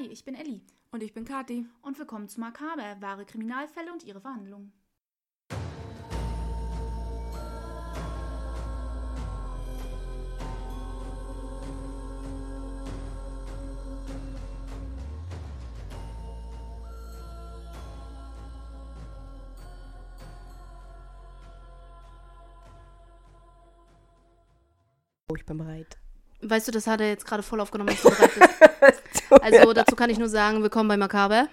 Hi, ich bin Elli. Und ich bin Kathi. Und willkommen zu Makaber, wahre Kriminalfälle und ihre Verhandlungen. Ich bin bereit. Weißt du, das hat er jetzt gerade voll aufgenommen, dass du bereit bist. Also dazu kann ich nur sagen, willkommen bei Makaber.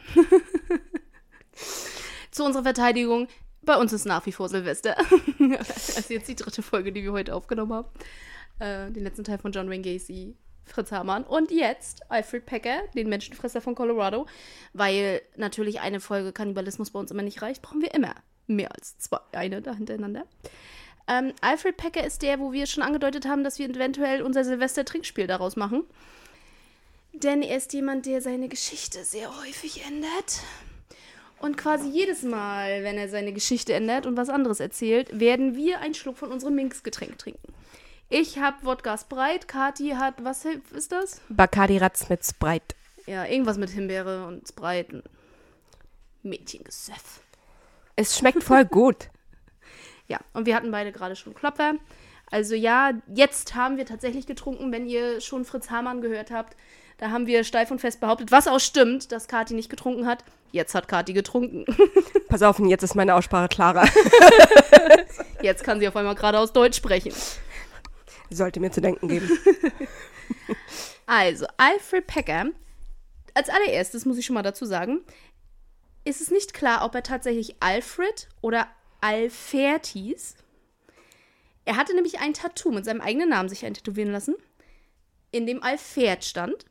Zu unserer Verteidigung, bei uns ist nach wie vor Silvester. Das ist jetzt die 3. Folge, die wir heute aufgenommen haben. Den letzten Teil von John Wayne Gacy, Fritz Hamann und jetzt Alfred Packer, den Menschenfresser von Colorado. Weil natürlich eine Folge Kannibalismus bei uns immer nicht reicht, brauchen wir immer mehr als eine da hintereinander. Alfred Packer ist der, wo wir schon angedeutet haben, dass wir eventuell unser Silvester-Trinkspiel daraus machen. Denn er ist jemand, der seine Geschichte sehr häufig ändert. Und quasi jedes Mal, wenn er seine Geschichte ändert und was anderes erzählt, werden wir einen Schluck von unserem Minx-Getränk trinken. Ich habe Wodka Sprite, Kathi hat, was ist das? Bacardi Ratz mit Sprite. Ja, irgendwas mit Himbeere und Sprite und Mädchengesöff. Es schmeckt voll gut. Ja, und wir hatten beide gerade schon Klopfer. Also ja, jetzt haben wir tatsächlich getrunken, wenn ihr schon Fritz Hamann gehört habt. Da haben wir steif und fest behauptet, was auch stimmt, dass Kathi nicht getrunken hat. Jetzt hat Kathi getrunken. Pass auf, jetzt ist meine Aussprache klarer. Jetzt kann sie auf einmal geradeaus Deutsch sprechen. Sollte mir zu denken geben. Also, Alfred Packer, als allererstes muss ich schon mal dazu sagen, ist es nicht klar, ob er tatsächlich Alfred oder Alfred hieß. Er hatte nämlich ein Tattoo mit seinem eigenen Namen sich eintätowieren lassen, in dem Alfred stand.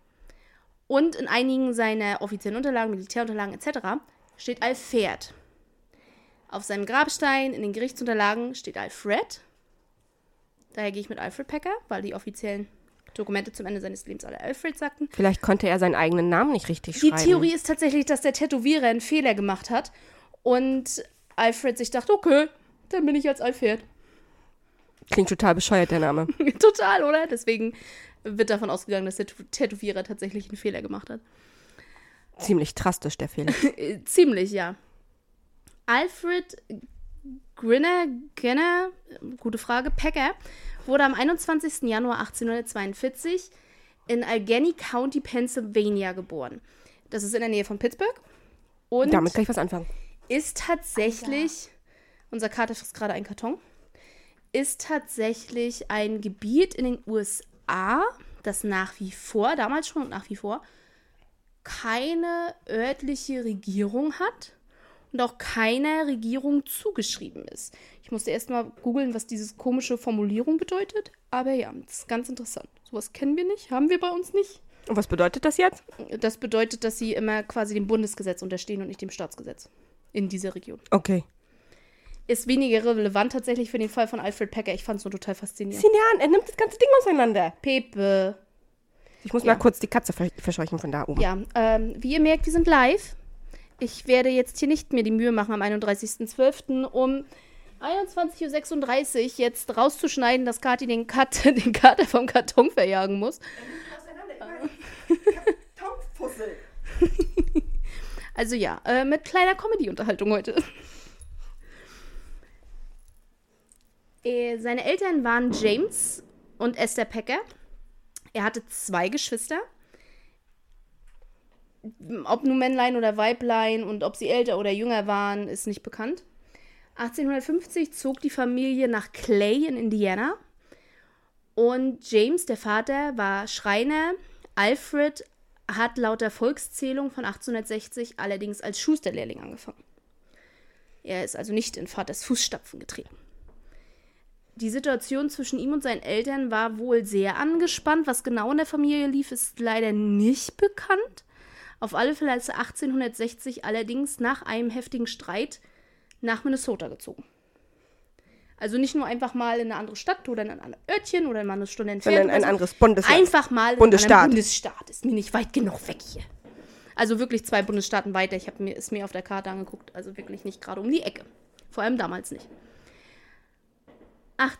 Und in einigen seiner offiziellen Unterlagen, Militärunterlagen etc. steht Alfred. Auf seinem Grabstein, in den Gerichtsunterlagen steht Alfred. Daher gehe ich mit Alfred Packer, weil die offiziellen Dokumente zum Ende seines Lebens alle Alfred sagten. Vielleicht konnte er seinen eigenen Namen nicht richtig schreiben. Die Theorie ist tatsächlich, dass der Tätowierer einen Fehler gemacht hat und Alfred sich dachte, okay, dann bin ich jetzt Alfred. Klingt total bescheuert, der Name. Total, oder? Deswegen wird davon ausgegangen, dass der Tätowierer tatsächlich einen Fehler gemacht hat. Ziemlich drastisch, der Fehler. Ziemlich, ja. Alfred Grinner, gute Frage, Packer, wurde am 21. Januar 1842 in Allegheny County, Pennsylvania geboren. Das ist in der Nähe von Pittsburgh. Und damit kann ich was anfangen. Ist tatsächlich, unser Kater frisst gerade einen Karton, ist tatsächlich ein Gebiet in den USA, das nach wie vor, damals schon und nach wie vor, keine örtliche Regierung hat und auch keiner Regierung zugeschrieben ist. Ich musste erst mal googeln, was diese komische Formulierung bedeutet, aber ja, das ist ganz interessant. Sowas kennen wir nicht, haben wir bei uns nicht. Und was bedeutet das jetzt? Das bedeutet, dass sie immer quasi dem Bundesgesetz unterstehen und nicht dem Staatsgesetz in dieser Region. Okay. Ist weniger relevant tatsächlich für den Fall von Alfred Packer. Ich fand es nur total faszinierend. Sieh dir an, er nimmt das ganze Ding auseinander. Pepe. Ich muss mal kurz die Katze verscheuchen von da oben. Ja, wie ihr merkt, wir sind live. Ich werde jetzt hier nicht mehr die Mühe machen, am 31.12. um 21.36 Uhr jetzt rauszuschneiden, dass Kathi den Kater vom Karton verjagen muss. Kartonfussel. Also ja, mit kleiner Comedy-Unterhaltung heute. Seine Eltern waren James und Esther Packer. Er hatte 2 Geschwister. Ob nun Männlein oder Weiblein und ob sie älter oder jünger waren, ist nicht bekannt. 1850 zog die Familie nach Clay in Indiana. Und James, der Vater, war Schreiner. Alfred hat laut der Volkszählung von 1860 allerdings als Schusterlehrling angefangen. Er ist also nicht in Vaters Fußstapfen getreten. Die Situation zwischen ihm und seinen Eltern war wohl sehr angespannt. Was genau in der Familie lief, ist leider nicht bekannt. Auf alle Fälle ist er 1860 allerdings nach einem heftigen Streit nach Minnesota gezogen. Also nicht nur einfach mal in eine andere Stadt oder in ein anderes Örtchen oder mal eine Stunde entfernt. Sondern ein anderes Bundesland. Einfach mal in einem Bundesstaat. Ist mir nicht weit genug weg hier. Also wirklich 2 Bundesstaaten weiter. Ich habe es mir auf der Karte angeguckt. Also wirklich nicht gerade um die Ecke. Vor allem damals nicht.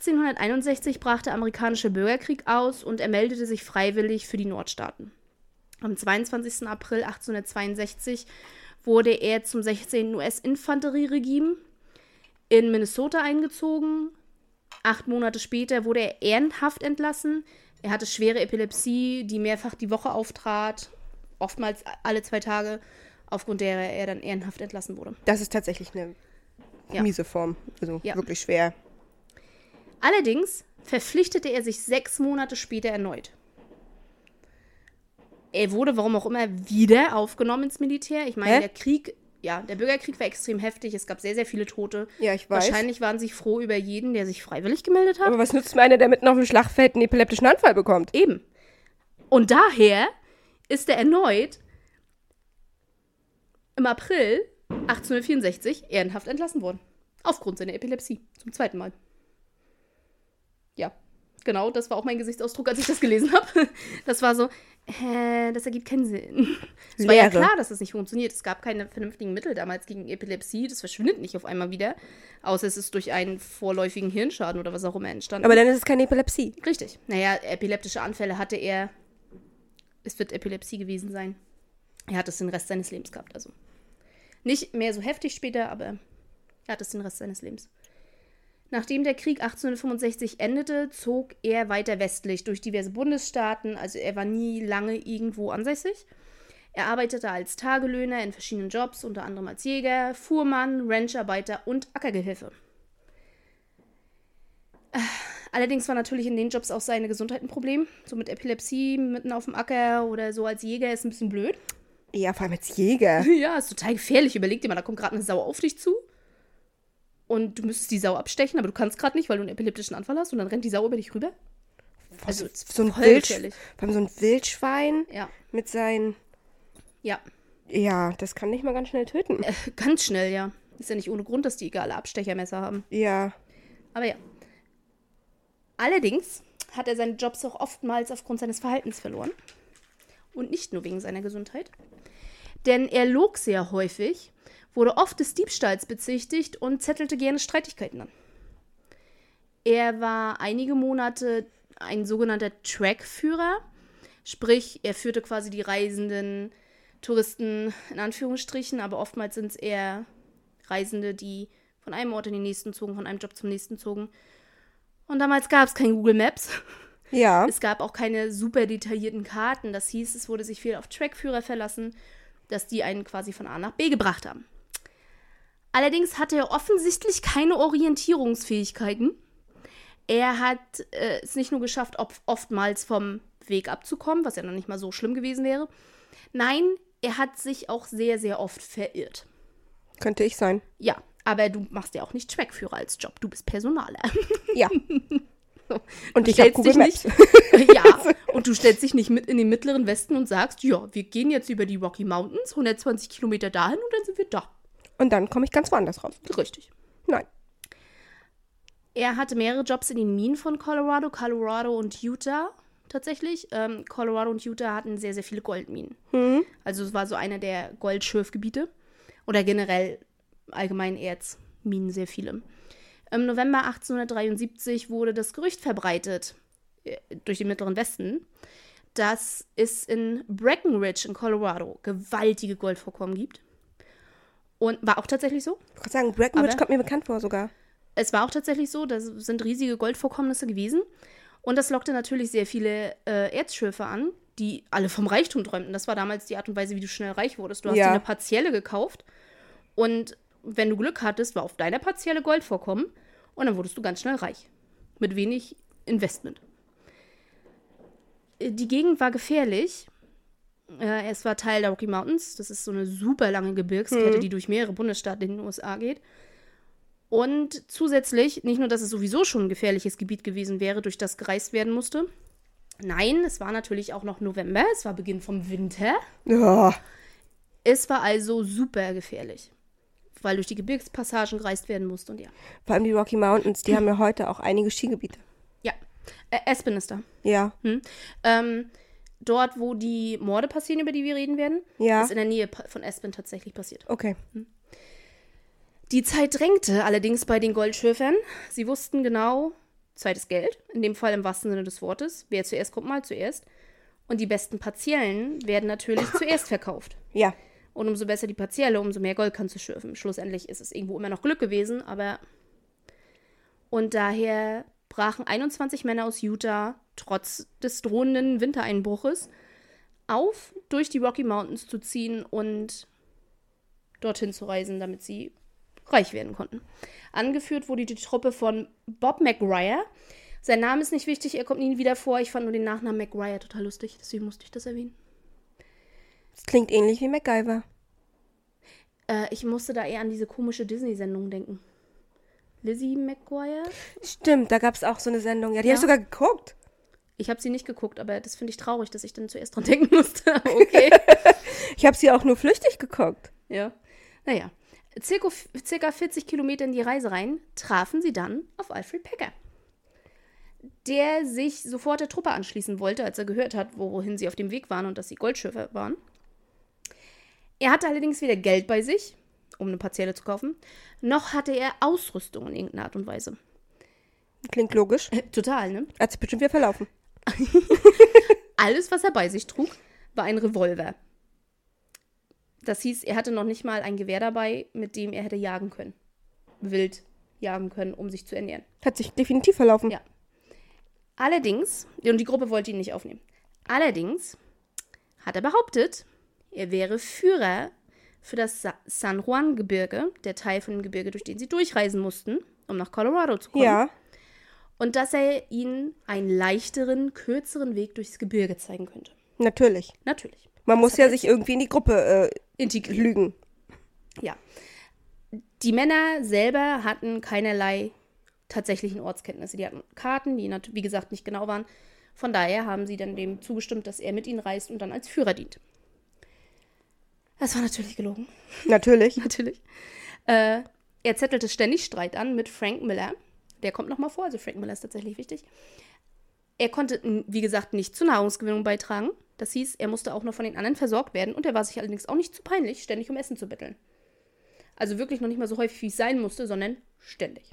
1861 brach der amerikanische Bürgerkrieg aus und er meldete sich freiwillig für die Nordstaaten. Am 22. April 1862 wurde er zum 16. US-Infanterieregiment in Minnesota eingezogen. 8 Monate später wurde er ehrenhaft entlassen. Er hatte schwere Epilepsie, die mehrfach die Woche auftrat, oftmals alle 2 Tage, aufgrund derer er dann ehrenhaft entlassen wurde. Das ist tatsächlich eine miese Form. Also wirklich schwer. Allerdings verpflichtete er sich 6 Monate später erneut. Er wurde, warum auch immer, wieder aufgenommen ins Militär. Ich meine, der Bürgerkrieg war extrem heftig. Es gab sehr, sehr viele Tote. Ja, ich weiß. Wahrscheinlich waren sie froh über jeden, der sich freiwillig gemeldet hat. Aber was nützt mir einer, der mitten auf dem Schlachtfeld einen epileptischen Anfall bekommt? Eben. Und daher ist er erneut im April 1864 ehrenhaft entlassen worden. Aufgrund seiner Epilepsie. Zum 2. Mal. Ja, genau, das war auch mein Gesichtsausdruck, als ich das gelesen habe. Das war so, das ergibt keinen Sinn. Es war ja klar, dass das nicht funktioniert. Es gab keine vernünftigen Mittel damals gegen Epilepsie. Das verschwindet nicht auf einmal wieder. Außer es ist durch einen vorläufigen Hirnschaden oder was auch immer entstanden. Aber dann ist es keine Epilepsie. Richtig. Naja, epileptische Anfälle hatte er. Es wird Epilepsie gewesen sein. Er hat es den Rest seines Lebens gehabt. Also nicht mehr so heftig später, aber er hat es den Rest seines Lebens. Nachdem der Krieg 1865 endete, zog er weiter westlich durch diverse Bundesstaaten. Also er war nie lange irgendwo ansässig. Er arbeitete als Tagelöhner in verschiedenen Jobs, unter anderem als Jäger, Fuhrmann, Rancharbeiter und Ackergehilfe. Allerdings war natürlich in den Jobs auch seine Gesundheit ein Problem. So mit Epilepsie mitten auf dem Acker oder so als Jäger ist ein bisschen blöd. Ja, vor allem als Jäger. Ja, ist total gefährlich. Überleg dir mal, da kommt gerade eine Sau auf dich zu. Und du müsstest die Sau abstechen, aber du kannst gerade nicht, weil du einen epileptischen Anfall hast. Und dann rennt die Sau über dich rüber. Also so ein Wildschwein mit seinen... Ja. Ja, das kann nicht mal ganz schnell töten. Ganz schnell, ja. Ist ja nicht ohne Grund, dass die egal Abstechermesser haben. Ja. Aber ja. Allerdings hat er seine Jobs auch oftmals aufgrund seines Verhaltens verloren. Und nicht nur wegen seiner Gesundheit. Denn er log sehr häufig, wurde oft des Diebstahls bezichtigt und zettelte gerne Streitigkeiten an. Er war einige Monate ein sogenannter Trackführer. Sprich, er führte quasi die reisenden Touristen in Anführungsstrichen, aber oftmals sind es eher Reisende, die von einem Ort in den nächsten zogen, von einem Job zum nächsten zogen. Und damals gab es kein Google Maps. Ja. Es gab auch keine super detaillierten Karten. Das hieß, es wurde sich viel auf Trackführer verlassen, dass die einen quasi von A nach B gebracht haben. Allerdings hatte er offensichtlich keine Orientierungsfähigkeiten. Er hat es nicht nur geschafft, oftmals vom Weg abzukommen, was ja noch nicht mal so schlimm gewesen wäre. Nein, er hat sich auch sehr, sehr oft verirrt. Könnte ich sein. Ja, aber du machst ja auch nicht Trackführer als Job. Du bist Personaler. Ja. So. Und ich habe Google Maps. Ja, und du stellst dich nicht mit in den mittleren Westen und sagst, ja, wir gehen jetzt über die Rocky Mountains, 120 Kilometer dahin und dann sind wir da. Und dann komme ich ganz woanders raus. Richtig. Nein. Er hatte mehrere Jobs in den Minen von Colorado und Utah tatsächlich. Colorado und Utah hatten sehr, sehr viele Goldminen. Also es war so einer der Goldschürfgebiete. Oder generell allgemein Erzminen, sehr viele. Im November 1873 wurde das Gerücht verbreitet durch den Mittleren Westen, dass es in Breckenridge in Colorado gewaltige Goldvorkommen gibt. Und war auch tatsächlich so. Ich wollte sagen, Breckenridge kommt mir bekannt vor sogar. Es war auch tatsächlich so, das sind riesige Goldvorkommnisse gewesen. Und das lockte natürlich sehr viele Erzschürfer an, die alle vom Reichtum träumten. Das war damals die Art und Weise, wie du schnell reich wurdest. Du hast dir eine Partielle gekauft und wenn du Glück hattest, war auf deiner Partielle Goldvorkommen und dann wurdest du ganz schnell reich. Mit wenig Investment. Die Gegend war gefährlich. Es war Teil der Rocky Mountains. Das ist so eine super lange Gebirgskette, die durch mehrere Bundesstaaten in den USA geht. Und zusätzlich, nicht nur, dass es sowieso schon ein gefährliches Gebiet gewesen wäre, durch das gereist werden musste. Nein, es war natürlich auch noch November. Es war Beginn vom Winter. Ja. Es war also super gefährlich, weil durch die Gebirgspassagen gereist werden musste und ja. Vor allem die Rocky Mountains, die haben ja heute auch einige Skigebiete. Ja, Aspen ist da. Ja. Dort, wo die Morde passieren, über die wir reden werden, ist in der Nähe von Aspen tatsächlich passiert. Okay. Die Zeit drängte allerdings bei den Goldschürfern. Sie wussten genau, Zeit ist Geld, in dem Fall im wahrsten Sinne des Wortes. Wer zuerst kommt, mal zuerst. Und die besten Partiellen werden natürlich zuerst verkauft. Ja. Und umso besser die Partielle, umso mehr Gold kannst du schürfen. Schlussendlich ist es irgendwo immer noch Glück gewesen, aber... Und daher brachen 21 Männer aus Utah, trotz des drohenden Wintereinbruches, auf, durch die Rocky Mountains zu ziehen und dorthin zu reisen, damit sie reich werden konnten. Angeführt wurde die Truppe von Bob McGuire. Sein Name ist nicht wichtig, er kommt nie wieder vor. Ich fand nur den Nachnamen McGuire total lustig, deswegen musste ich das erwähnen. Das klingt ähnlich wie MacGyver. Ich musste da eher an diese komische Disney-Sendung denken. Lizzie McGuire? Stimmt, da gab es auch so eine Sendung. Ja, die habe ich sogar geguckt. Ich habe sie nicht geguckt, aber das finde ich traurig, dass ich dann zuerst dran denken musste. Okay. Ich habe sie auch nur flüchtig geguckt. Ja. Naja. Circa 40 Kilometer in die Reise rein, trafen sie dann auf Alfred Packer, der sich sofort der Truppe anschließen wollte, als er gehört hat, wohin sie auf dem Weg waren und dass sie Goldschürfer waren. Er hatte allerdings weder Geld bei sich, um eine Partielle zu kaufen, noch hatte er Ausrüstung in irgendeiner Art und Weise. Klingt logisch. Total, ne? Hat sich bestimmt wieder verlaufen. Alles, was er bei sich trug, war ein Revolver. Das hieß, er hatte noch nicht mal ein Gewehr dabei, mit dem er hätte jagen können. Wild jagen können, um sich zu ernähren. Hat sich definitiv verlaufen. Ja. Allerdings, und die Gruppe wollte ihn nicht aufnehmen. Allerdings hat er behauptet, er wäre Führer für das San Juan-Gebirge, der Teil von dem Gebirge, durch den sie durchreisen mussten, um nach Colorado zu kommen. Ja. Und dass er ihnen einen leichteren, kürzeren Weg durchs Gebirge zeigen könnte. Natürlich. Natürlich. Man muss ja sich irgendwie in die Gruppe integrieren. lügen. Ja. Die Männer selber hatten keinerlei tatsächlichen Ortskenntnisse. Die hatten Karten, die, wie gesagt, nicht genau waren. Von daher haben sie dann dem zugestimmt, dass er mit ihnen reist und dann als Führer dient. Das war natürlich gelogen. Natürlich. Natürlich. Er zettelte ständig Streit an mit Frank Miller. Der kommt nochmal vor, also Frank Miller ist tatsächlich wichtig. Er konnte, wie gesagt, nicht zur Nahrungsgewinnung beitragen. Das hieß, er musste auch noch von den anderen versorgt werden. Und er war sich allerdings auch nicht zu peinlich, ständig um Essen zu betteln. Also wirklich noch nicht mal so häufig, wie es sein musste, sondern ständig.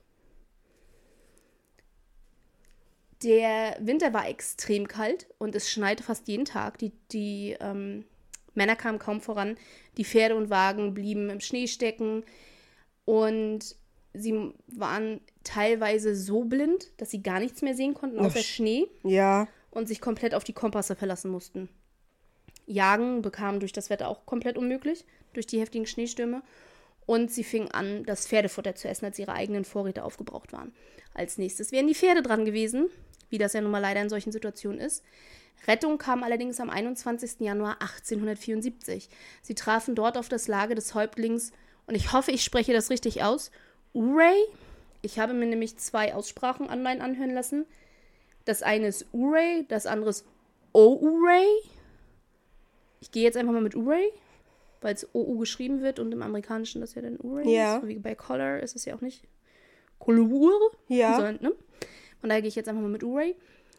Der Winter war extrem kalt und es schneite fast jeden Tag. Die Männer kamen kaum voran. Die Pferde und Wagen blieben im Schnee stecken. Und sie waren teilweise so blind, dass sie gar nichts mehr sehen konnten, außer Schnee. Ja. Und sich komplett auf die Kompasse verlassen mussten. Jagen bekam durch das Wetter auch komplett unmöglich, durch die heftigen Schneestürme. Und sie fingen an, das Pferdefutter zu essen, als ihre eigenen Vorräte aufgebraucht waren. Als nächstes wären die Pferde dran gewesen, wie das ja nun mal leider in solchen Situationen ist. Rettung kam allerdings am 21. Januar 1874. Sie trafen dort auf das Lager des Häuptlings, und ich hoffe, ich spreche das richtig aus, Urey. Ich habe mir nämlich 2 Aussprachen online anhören lassen. Das eine ist Urey, das andere ist Ouray. Ich gehe jetzt einfach mal mit Urey, weil es OU geschrieben wird und im Amerikanischen das ja dann Urey Ja. ist. So wie bei Color ist es ja auch nicht Color. Ja. Sondern, ne? Von daher gehe ich jetzt einfach mal mit Urey.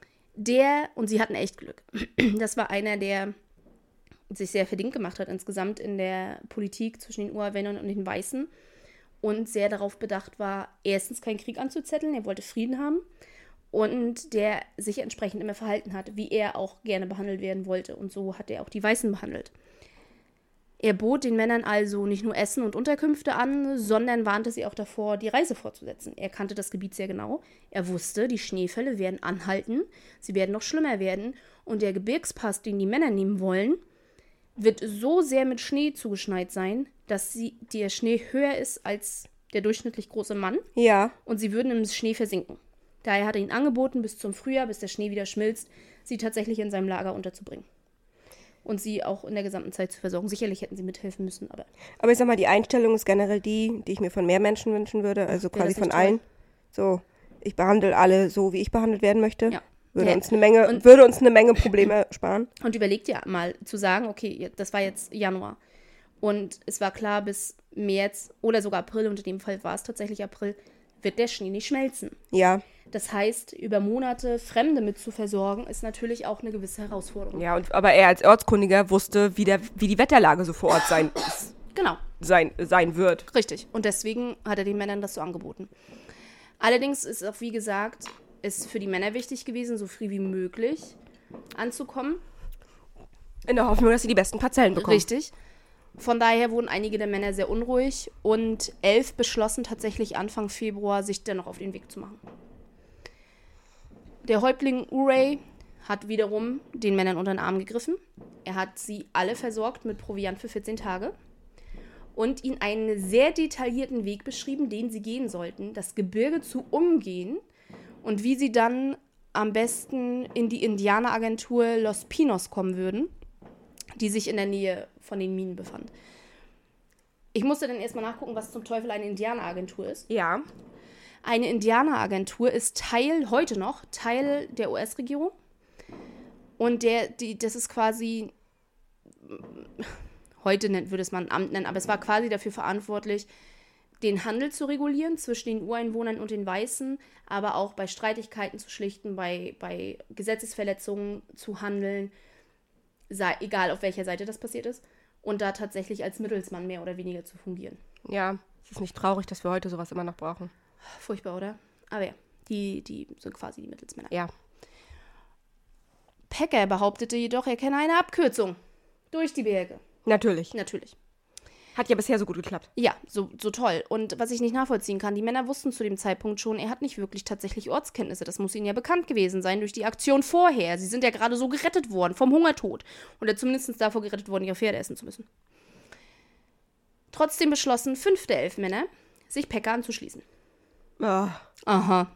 Und sie hatten echt Glück. Das war einer, der sich sehr verdient gemacht hat insgesamt in der Politik zwischen den Ureinwohnern und den Weißen und sehr darauf bedacht war, erstens keinen Krieg anzuzetteln, er wollte Frieden haben und der sich entsprechend immer verhalten hat, wie er auch gerne behandelt werden wollte, und so hat er auch die Weißen behandelt. Er bot den Männern also nicht nur Essen und Unterkünfte an, sondern warnte sie auch davor, die Reise fortzusetzen. Er kannte das Gebiet sehr genau. Er wusste, die Schneefälle werden anhalten, sie werden noch schlimmer werden und der Gebirgspass, den die Männer nehmen wollen, wird so sehr mit Schnee zugeschneit sein, dass der Schnee höher ist als der durchschnittlich große Mann. Ja. Und sie würden im Schnee versinken. Daher hat er ihnen angeboten, bis zum Frühjahr, bis der Schnee wieder schmilzt, sie tatsächlich in seinem Lager unterzubringen. Und sie auch in der gesamten Zeit zu versorgen. Sicherlich hätten sie mithelfen müssen, aber... Aber ich sag mal, die Einstellung ist generell die ich mir von mehr Menschen wünschen würde. Also quasi von allen. So, ich behandle alle so, wie ich behandelt werden möchte. Ja. Würde uns eine Menge Probleme sparen. Und überlegt ja mal zu sagen, okay, das war jetzt Januar. Und es war klar, bis März oder sogar April, und in dem Fall war es tatsächlich April, wird der Schnee nicht schmelzen. Ja. Das heißt, über Monate Fremde mit zu versorgen, ist natürlich auch eine gewisse Herausforderung. Ja, aber er als Ortskundiger wusste, wie die Wetterlage so vor Ort sein wird. Richtig. Und deswegen hat er den Männern das so angeboten. Allerdings ist auch, wie gesagt, ist für die Männer wichtig gewesen, so früh wie möglich anzukommen. In der Hoffnung, dass sie die besten Parzellen bekommen. Richtig. Von daher wurden einige der Männer sehr unruhig und 11 beschlossen tatsächlich Anfang Februar, sich dennoch auf den Weg zu machen. Der Häuptling Urey hat wiederum den Männern unter den Arm gegriffen. Er hat sie alle versorgt mit Proviant für 14 Tage und ihnen einen sehr detaillierten Weg beschrieben, den sie gehen sollten, das Gebirge zu umgehen und wie sie dann am besten in die Indianeragentur Los Pinos kommen würden, die sich in der Nähe von den Minen befand. Ich musste dann erstmal nachgucken, was zum Teufel eine Indianeragentur ist. Ja. Eine Indianeragentur ist heute noch Teil der US-Regierung. Und das ist quasi, heute würde es man ein Amt nennen, aber es war quasi dafür verantwortlich, den Handel zu regulieren zwischen den Ureinwohnern und den Weißen, aber auch bei Streitigkeiten zu schlichten, bei Gesetzesverletzungen zu handeln, egal auf welcher Seite das passiert ist, und da tatsächlich als Mittelsmann mehr oder weniger zu fungieren. Ja, es ist nicht traurig, dass wir heute sowas immer noch brauchen. Furchtbar, oder? Aber ja, die sind quasi die Mittelsmänner. Ja. Packer behauptete jedoch, er kenne eine Abkürzung durch die Berge. Natürlich. Natürlich. Hat ja bisher so gut geklappt. Ja, so toll. Und was ich nicht nachvollziehen kann, die Männer wussten zu dem Zeitpunkt schon, er hat nicht wirklich tatsächlich Ortskenntnisse. Das muss ihnen ja bekannt gewesen sein durch die Aktion vorher. Sie sind ja gerade so gerettet worden vom Hungertod. Oder zumindest davor gerettet worden, ihre Pferde essen zu müssen. Trotzdem beschlossen 5 der 11 Männer, sich Packer anzuschließen. Oh. Aha.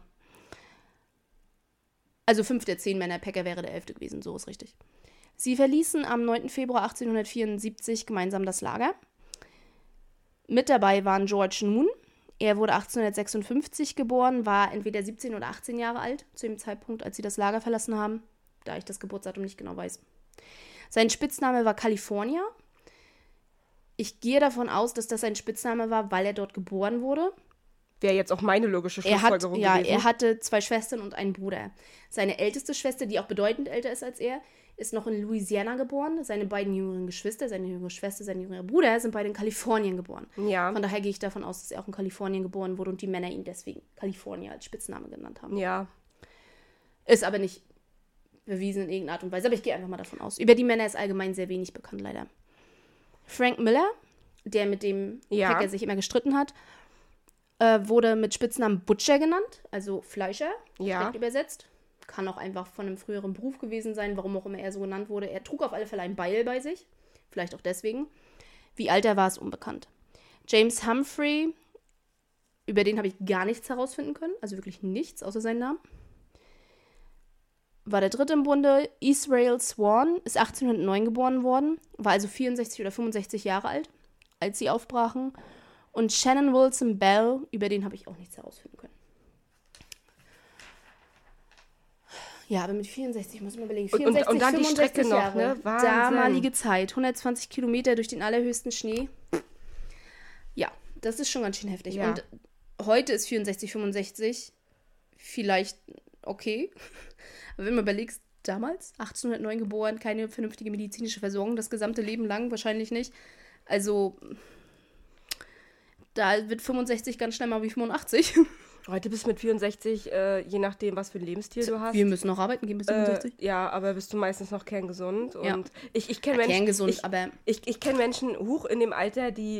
Also 5 der 10 Männer, Packer wäre der 11. gewesen, so ist richtig. Sie verließen am 9. Februar 1874 gemeinsam das Lager. Mit dabei waren George Noon. Er wurde 1856 geboren, war entweder 17 oder 18 Jahre alt, zu dem Zeitpunkt, als sie das Lager verlassen haben, da ich das Geburtsdatum nicht genau weiß. Sein Spitzname war California. Ich gehe davon aus, dass das sein Spitzname war, weil er dort geboren wurde. Wäre jetzt auch meine logische Schlussfolgerung gewesen. Er hatte 2 Schwestern und einen Bruder. Seine älteste Schwester, die auch bedeutend älter ist als er, ist noch in Louisiana geboren. Seine beiden jüngeren Geschwister, seine jüngere Schwester, sein jüngerer Bruder, sind beide in Kalifornien geboren. Ja. Von daher gehe ich davon aus, dass er auch in Kalifornien geboren wurde und die Männer ihn deswegen California als Spitzname genannt haben. Ja. Ist aber nicht bewiesen in irgendeiner Art und Weise. Aber ich gehe einfach mal davon aus. Über die Männer ist allgemein sehr wenig bekannt, leider. Frank Miller, der mit dem Packer sich immer gestritten hat, wurde mit Spitznamen Butcher genannt, also Fleischer, direkt übersetzt. Kann auch einfach von einem früheren Beruf gewesen sein, warum auch immer er so genannt wurde. Er trug auf alle Fälle ein Beil bei sich, vielleicht auch deswegen. Wie alt er war, ist unbekannt. James Humphrey, über den habe ich gar nichts herausfinden können, also wirklich nichts, außer seinen Namen. War der 3. im Bunde. Israel Swan ist 1809 geboren worden, war also 64 oder 65 Jahre alt, als sie aufbrachen. Und Shannon Wilson Bell, über den habe ich auch nichts herausfinden können. Ja, aber mit 64, muss man überlegen. 64, und dann die Strecke noch, Jahre, ne? Wahnsinn. Damalige Zeit, 120 Kilometer durch den allerhöchsten Schnee. Ja, das ist schon ganz schön heftig. Ja. Und heute ist 64, 65 vielleicht okay. Aber wenn man überlegst, damals, 1809 geboren, keine vernünftige medizinische Versorgung, das gesamte Leben lang wahrscheinlich nicht. Also, da wird 65 ganz schnell mal wie 85. Heute bist du mit 64, je nachdem, was für einen Lebensstil du hast. Wir müssen noch arbeiten gehen bis 65. Ja, aber bist du meistens noch kerngesund. Und Ja. ich kenne Menschen, Kerngesund, aber ich kenne Menschen hoch in dem Alter, die,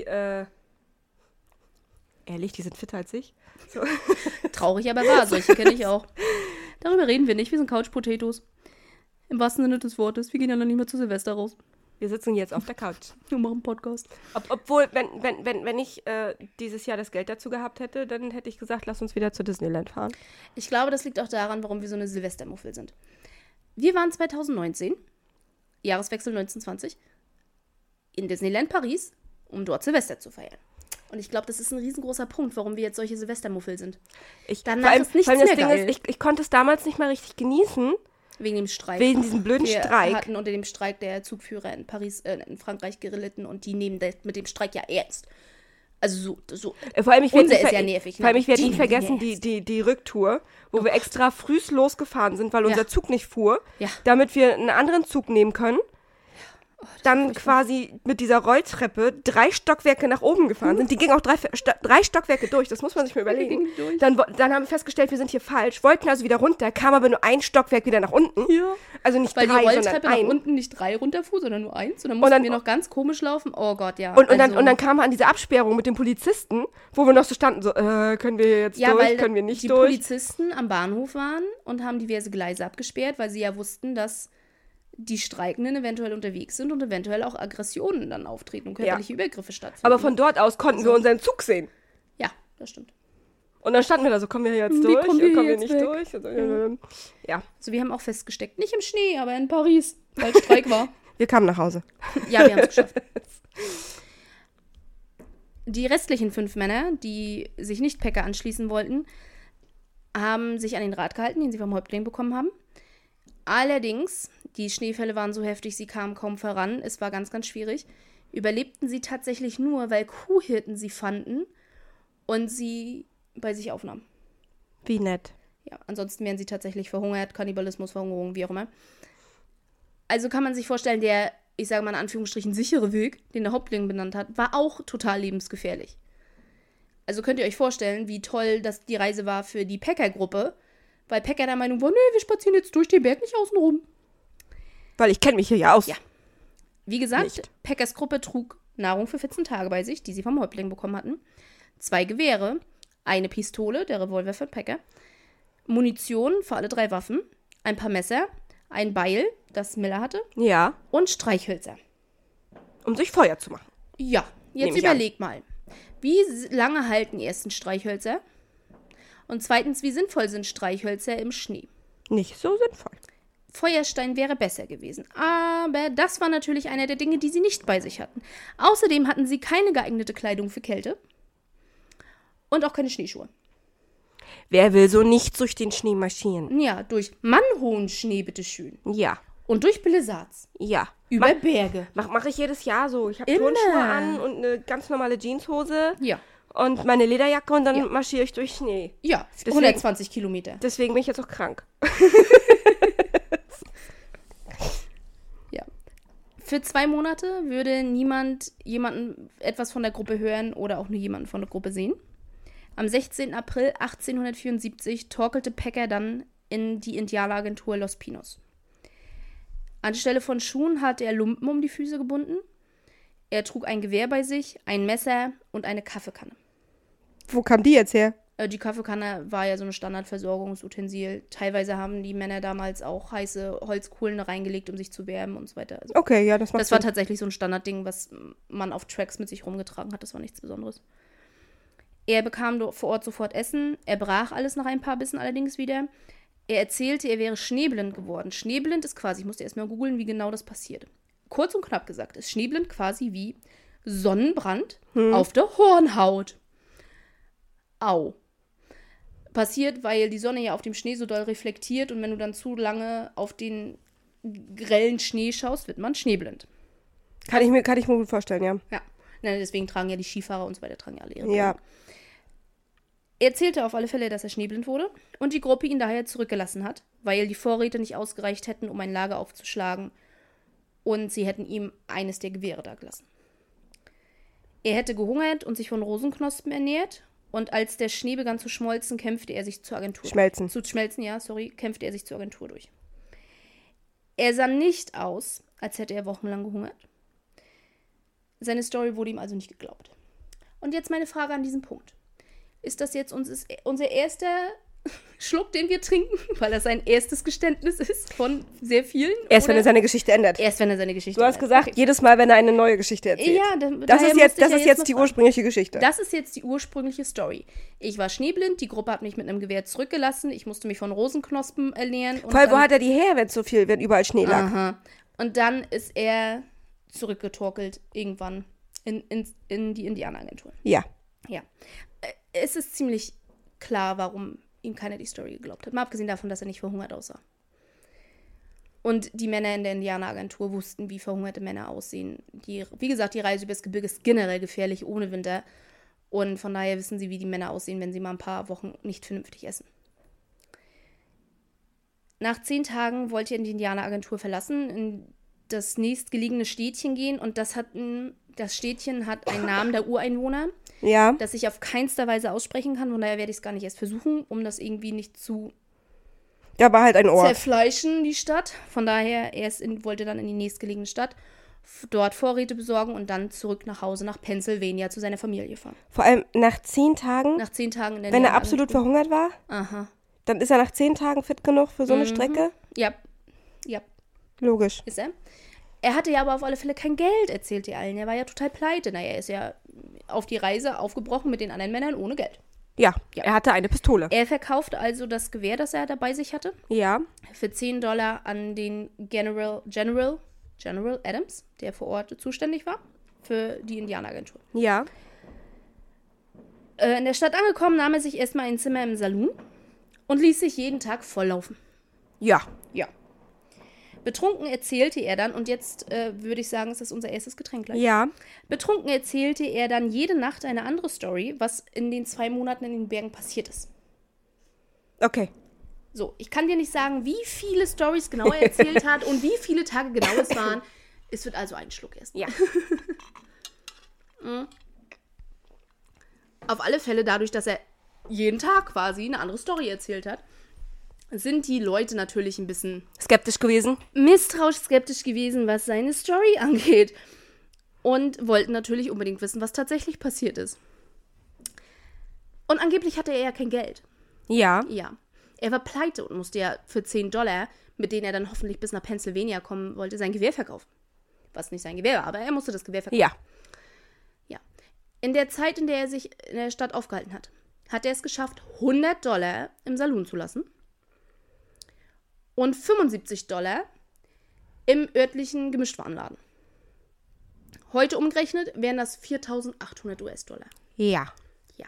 ehrlich, die sind fitter als ich. So. traurig, aber wahr. Solche kenne ich auch. Darüber reden wir nicht. Wir sind Couch-Potatoes. Im wahrsten Sinne des Wortes. Wir gehen ja noch nicht mehr zu Silvester raus. Wir sitzen jetzt auf der Couch. Wir machen einen Podcast. Obwohl, wenn ich dieses Jahr das Geld dazu gehabt hätte, dann hätte ich gesagt, lass uns wieder zu Disneyland fahren. Ich glaube, das liegt auch daran, warum wir so eine Silvestermuffel sind. Wir waren 2019, Jahreswechsel 1920, in Disneyland Paris, um dort Silvester zu feiern. Und ich glaube, das ist ein riesengroßer Punkt, warum wir jetzt solche Silvestermuffel sind. Danach ist nichts mehr geil. Ich konnte es damals nicht mal richtig genießen. Wegen dem Streik. Wegen diesem blöden Streik. Wir hatten unter dem Streik der Zugführer in Paris, in Frankreich gelitten und die nehmen das mit dem Streik ja ernst. Also so. Vor allem, ich werde ist ja nervig. Vor allem, ich werde Die nie vergessen, die Rücktour, wo wir extra frühs losgefahren sind, weil unser Zug nicht fuhr, damit wir einen anderen Zug nehmen können. dann quasi mit dieser Rolltreppe 3 Stockwerke nach oben gefahren sind. Die ging auch 3 Stockwerke durch, das muss man sich mal überlegen. Dann haben wir festgestellt, wir sind hier falsch, wollten also wieder runter, kamen aber nur 1 Stockwerk wieder nach unten. Ja. Also nicht Weil 3, die Rolltreppe sondern 1. nach unten nicht 3 runterfuhr, sondern nur 1. Und dann mussten wir noch ganz komisch laufen. Oh Gott, ja. Und dann kamen wir an diese Absperrung mit den Polizisten, wo wir noch so standen, so, können wir jetzt durch, können wir nicht durch. Weil die Polizisten am Bahnhof waren und haben diverse Gleise abgesperrt, weil sie ja wussten, dass die Streikenden eventuell unterwegs sind und eventuell auch Aggressionen dann auftreten und körperliche Übergriffe stattfinden. Aber von dort aus konnten wir unseren Zug sehen. Ja, das stimmt. Und dann standen wir da so, kommen wir jetzt durch? Kommen wir nicht durch? Also, ja. Also wir haben auch festgesteckt, nicht im Schnee, aber in Paris, weil Streik war. Wir kamen nach Hause. Ja, wir haben es geschafft. Die restlichen 5 Männer, die sich nicht Packer anschließen wollten, haben sich an den Rat gehalten, den sie vom Häuptling bekommen haben. Allerdings, die Schneefälle waren so heftig, sie kamen kaum voran. Es war ganz, ganz schwierig. Überlebten sie tatsächlich nur, weil Kuhhirten sie fanden und sie bei sich aufnahmen. Wie nett. Ja, ansonsten wären sie tatsächlich verhungert, Kannibalismus, Verhungerung, wie auch immer. Also kann man sich vorstellen, der, ich sage mal in Anführungsstrichen, sichere Weg, den der Häuptling benannt hat, war auch total lebensgefährlich. Also könnt ihr euch vorstellen, wie toll das die Reise war für die Packer-Gruppe, weil Packer der Meinung war, nö, wir spazieren jetzt durch den Berg, nicht außen rum. Weil ich kenne mich hier ja aus. Ja. Wie gesagt, Packers Gruppe trug Nahrung für 14 Tage bei sich, die sie vom Häuptling bekommen hatten. 2 Gewehre, eine Pistole, der Revolver für Packer, Munition für alle 3 Waffen, ein paar Messer, ein Beil, das Miller hatte, Ja. und Streichhölzer. Um sich Feuer zu machen. Ja, jetzt überleg mal. Wie lange halten erstens Streichhölzer? Und zweitens, wie sinnvoll sind Streichhölzer im Schnee? Nicht so sinnvoll. Feuerstein wäre besser gewesen. Aber das war natürlich einer der Dinge, die sie nicht bei sich hatten. Außerdem hatten sie keine geeignete Kleidung für Kälte und auch keine Schneeschuhe. Wer will so nicht durch den Schnee marschieren? Ja, durch mannhohen Schnee, bitteschön. Ja. Und durch Blizzards. Ja. Über Berge. Mach ich jedes Jahr so. Ich habe Immer. Turnschuhe an und eine ganz normale Jeanshose. Ja. Und meine Lederjacke und dann marschiere ich durch Schnee. Ja, Deswegen- 120 Kilometer. Deswegen bin ich jetzt auch krank. Ja. Für 2 Monate würde niemand jemanden etwas von der Gruppe hören oder auch nur jemanden von der Gruppe sehen. Am 16. April 1874 torkelte Packer dann in die Indianeragentur Los Pinos. Anstelle von Schuhen hatte er Lumpen um die Füße gebunden. Er trug ein Gewehr bei sich, ein Messer und eine Kaffeekanne. Wo kam die jetzt her? Die Kaffeekanne war ja so ein Standardversorgungsutensil. Teilweise haben die Männer damals auch heiße Holzkohlen reingelegt, um sich zu wärmen und so weiter. Also Okay, ja, das macht das war Sinn. tatsächlich so ein Standardding, was man auf Tracks mit sich rumgetragen hat. Das war nichts Besonderes. Er bekam vor Ort sofort Essen. Er brach alles nach ein paar Bissen allerdings wieder. Er erzählte, er wäre schneeblind geworden. Schneeblind ist quasi, ich musste erst mal googeln, wie genau das passiert. Kurz und knapp gesagt, ist Schneeblind quasi wie Sonnenbrand auf der Hornhaut. Au. Passiert, weil die Sonne ja auf dem Schnee so doll reflektiert und wenn du dann zu lange auf den grellen Schnee schaust, wird man schneeblind. Kann ich mir gut vorstellen, ja. Ja. Deswegen tragen ja die Skifahrer und so weiter, tragen ja alle ihre Ja. Brillen. Er erzählte auf alle Fälle, dass er schneeblind wurde und die Gruppe ihn daher zurückgelassen hat, weil die Vorräte nicht ausgereicht hätten, um ein Lager aufzuschlagen und sie hätten ihm eines der Gewehre dagelassen. Er hätte gehungert und sich von Rosenknospen ernährt und als der Schnee begann zu schmolzen, kämpfte er sich zur Agentur. Schmelzen. Kämpfte er sich zur Agentur durch. Er sah nicht aus, als hätte er wochenlang gehungert. Seine Story wurde ihm also nicht geglaubt. Und jetzt meine Frage an diesem Punkt. Ist das jetzt unser erster Schluck, den wir trinken? Weil das sein erstes Geständnis ist von sehr vielen? Erst wenn er seine Geschichte ändert. Erst wenn er seine Geschichte Du hast ändert. gesagt, Okay. jedes Mal, wenn er eine neue Geschichte erzählt. Ja, Das ist jetzt die noch ursprüngliche Geschichte. Das ist jetzt die ursprüngliche Story. Ich war schneeblind, die Gruppe hat mich mit einem Gewehr zurückgelassen, ich musste mich von Rosenknospen ernähren. Und Vor allem, wo dann- hat er die her, wenn überall Schnee lag? Aha. Und dann ist er zurückgetorkelt irgendwann in die Indianeragentur. Ja. Ja. Es ist ziemlich klar, warum ihm keiner die Story geglaubt hat. Mal abgesehen davon, dass er nicht verhungert aussah. Und die Männer in der Indianeragentur wussten, wie verhungerte Männer aussehen. Wie gesagt, die Reise übers Gebirge ist generell gefährlich ohne Winter. Und von daher wissen sie, wie die Männer aussehen, wenn sie mal ein paar Wochen nicht vernünftig essen. Nach 10 Tagen wollte er die Indianeragentur verlassen. das nächstgelegene Städtchen gehen und das Städtchen hat einen Namen der Ureinwohner, Ja. das ich auf keinster Weise aussprechen kann. Von daher werde ich es gar nicht erst versuchen, um das irgendwie nicht zu Ja, aber halt ein Ort. zerfleischen, die Stadt. Von daher, wollte dann in die nächstgelegene Stadt, dort Vorräte besorgen und dann zurück nach Hause nach Pennsylvania zu seiner Familie fahren. Vor allem nach 10 Tagen, Nach 10 Tagen in der wenn Nähe er absolut verhungert war, Aha. dann ist er nach 10 Tagen fit genug für so eine Strecke. Ja, Logisch. ist er. Er hatte ja aber auf alle Fälle kein Geld, erzählt er allen. Er war ja total pleite. Naja, er ist ja auf die Reise aufgebrochen mit den anderen Männern ohne Geld. Ja, Ja. er hatte eine Pistole. Er verkauft also das Gewehr, das er dabei sich hatte, Ja. für $10 an den General Adams, der vor Ort zuständig war für die Indianeragentur. Ja. In der Stadt angekommen, nahm er sich erstmal ein Zimmer im Saloon und ließ sich jeden Tag volllaufen. Ja. Ja. Betrunken erzählte er dann, und jetzt würde ich sagen, ist das unser erstes Getränk gleich. Ja. Betrunken erzählte er dann jede Nacht eine andere Story, was in den 2 Monaten in den Bergen passiert ist. Okay. So, ich kann dir nicht sagen, wie viele Storys genau er erzählt hat und wie viele Tage genau es waren. Es wird also ein Schluck erst. Ja. Auf alle Fälle, dadurch, dass er jeden Tag quasi eine andere Story erzählt hat, sind die Leute natürlich ein bisschen Skeptisch gewesen? misstrauisch skeptisch gewesen, was seine Story angeht. Und wollten natürlich unbedingt wissen, was tatsächlich passiert ist. Und angeblich hatte er ja kein Geld. Ja. Ja. Er war pleite und musste ja für $10, mit denen er dann hoffentlich bis nach Pennsylvania kommen wollte, sein Gewehr verkaufen. Was nicht sein Gewehr war, aber er musste das Gewehr verkaufen. Ja. Ja. In der Zeit, in der er sich in der Stadt aufgehalten hat, hat er es geschafft, $100 im Saloon zu lassen und $75 im örtlichen Gemischtwarenladen. Heute umgerechnet wären das $4.800. Ja. Ja.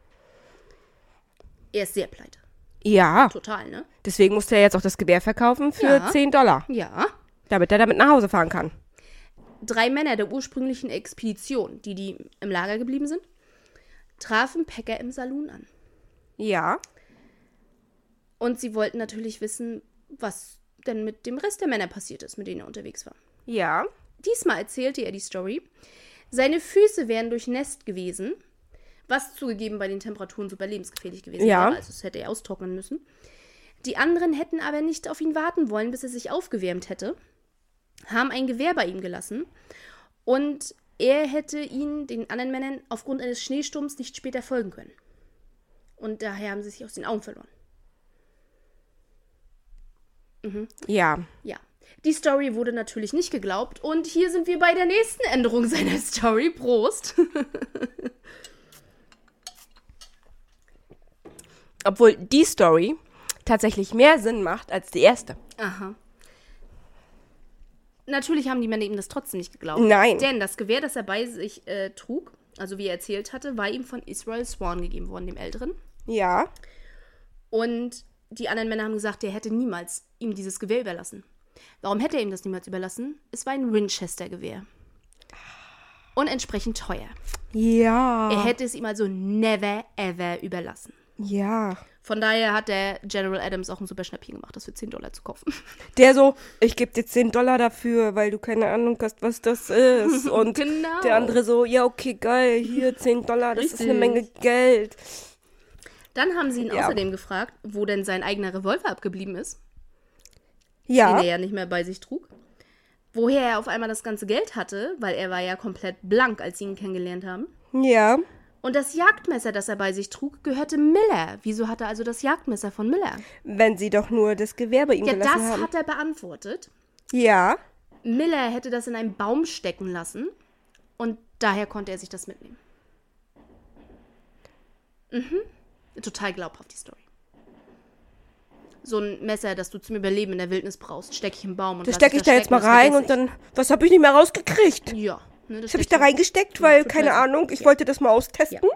Er ist sehr pleite. Ja. Total, ne? Deswegen musste er jetzt auch das Gewehr verkaufen für Ja. $10, Ja. damit er damit nach Hause fahren kann. 3 Männer der ursprünglichen Expedition, die im Lager geblieben sind, trafen Packer im Saloon an. Ja. Und sie wollten natürlich wissen, was denn mit dem Rest der Männer passiert ist, mit denen er unterwegs war. Ja. Diesmal erzählte er die Story. Seine Füße wären durchnässt gewesen, was zugegeben bei den Temperaturen super lebensgefährlich gewesen Ja. wäre. Also es hätte er austrocknen müssen. Die anderen hätten aber nicht auf ihn warten wollen, bis er sich aufgewärmt hätte, haben ein Gewehr bei ihm gelassen und er hätte ihnen, den anderen Männern, aufgrund eines Schneesturms nicht später folgen können. Und daher haben sie sich aus den Augen verloren. Ja. Ja. Die Story wurde natürlich nicht geglaubt und hier sind wir bei der nächsten Änderung seiner Story. Prost! Obwohl die Story tatsächlich mehr Sinn macht als die erste. Aha. Natürlich haben die Männer ihm das trotzdem nicht geglaubt. Nein. Denn das Gewehr, das er bei sich trug, also wie er erzählt hatte, war ihm von Israel Swan gegeben worden, dem Älteren. Ja. Und die anderen Männer haben gesagt, der hätte niemals ihm dieses Gewehr überlassen. Warum hätte er ihm das niemals überlassen? Es war ein Winchester-Gewehr. Und entsprechend teuer. Ja. Er hätte es ihm also never, ever überlassen. Ja. Von daher hat der General Adams auch ein super Schnäppchen gemacht, das für $10 zu kaufen. Der so, ich gebe dir $10 dafür, weil du keine Ahnung hast, was das ist. Und Genau. der andere so, ja, okay, geil, hier $10, das ist eine Richtig. Menge Geld. Dann haben sie ihn Ja. außerdem gefragt, wo denn sein eigener Revolver abgeblieben ist, den Ja. er ja nicht mehr bei sich trug. Woher er auf einmal das ganze Geld hatte, weil er war ja komplett blank, als sie ihn kennengelernt haben. Ja. Und das Jagdmesser, das er bei sich trug, gehörte Miller. Wieso hat er also das Jagdmesser von Miller? Wenn sie doch nur das Gewehr bei ihm Ja, gelassen das haben. hat er beantwortet. Ja. Miller hätte das in einen Baum stecken lassen und daher konnte er sich das mitnehmen. Total glaubhaft, die Story. So ein Messer, das du zum Überleben in der Wildnis brauchst, stecke ich im Baum. Und Das lass stecke ich da jetzt mal stecken, das rein und vergesse dann, was habe ich nicht mehr rausgekriegt? ich. Ja. Ne, Das habe ich da reingesteckt, weil, keine Ahnung, ich wollte das mal austesten. Ja.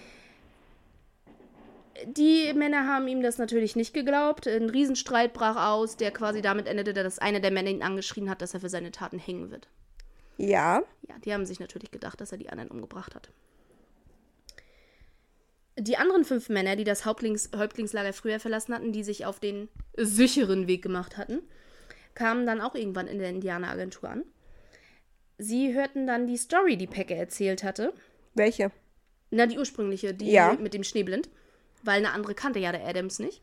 Die Männer haben ihm das natürlich nicht geglaubt. Ein Riesenstreit brach aus, der quasi damit endete, dass einer der Männer ihn angeschrien hat, dass er für seine Taten hängen wird. Ja. Ja, die haben sich natürlich gedacht, dass er die anderen umgebracht hat. Die anderen 5 Männer, die das Häuptlingslager früher verlassen hatten, die sich auf den sicheren Weg gemacht hatten, kamen dann auch irgendwann in der Indianeragentur an. Sie hörten dann die Story, die Packer erzählt hatte. Welche? Na, die ursprüngliche, die Ja. mit dem Schneeblind. Weil eine andere kannte ja der Adams nicht.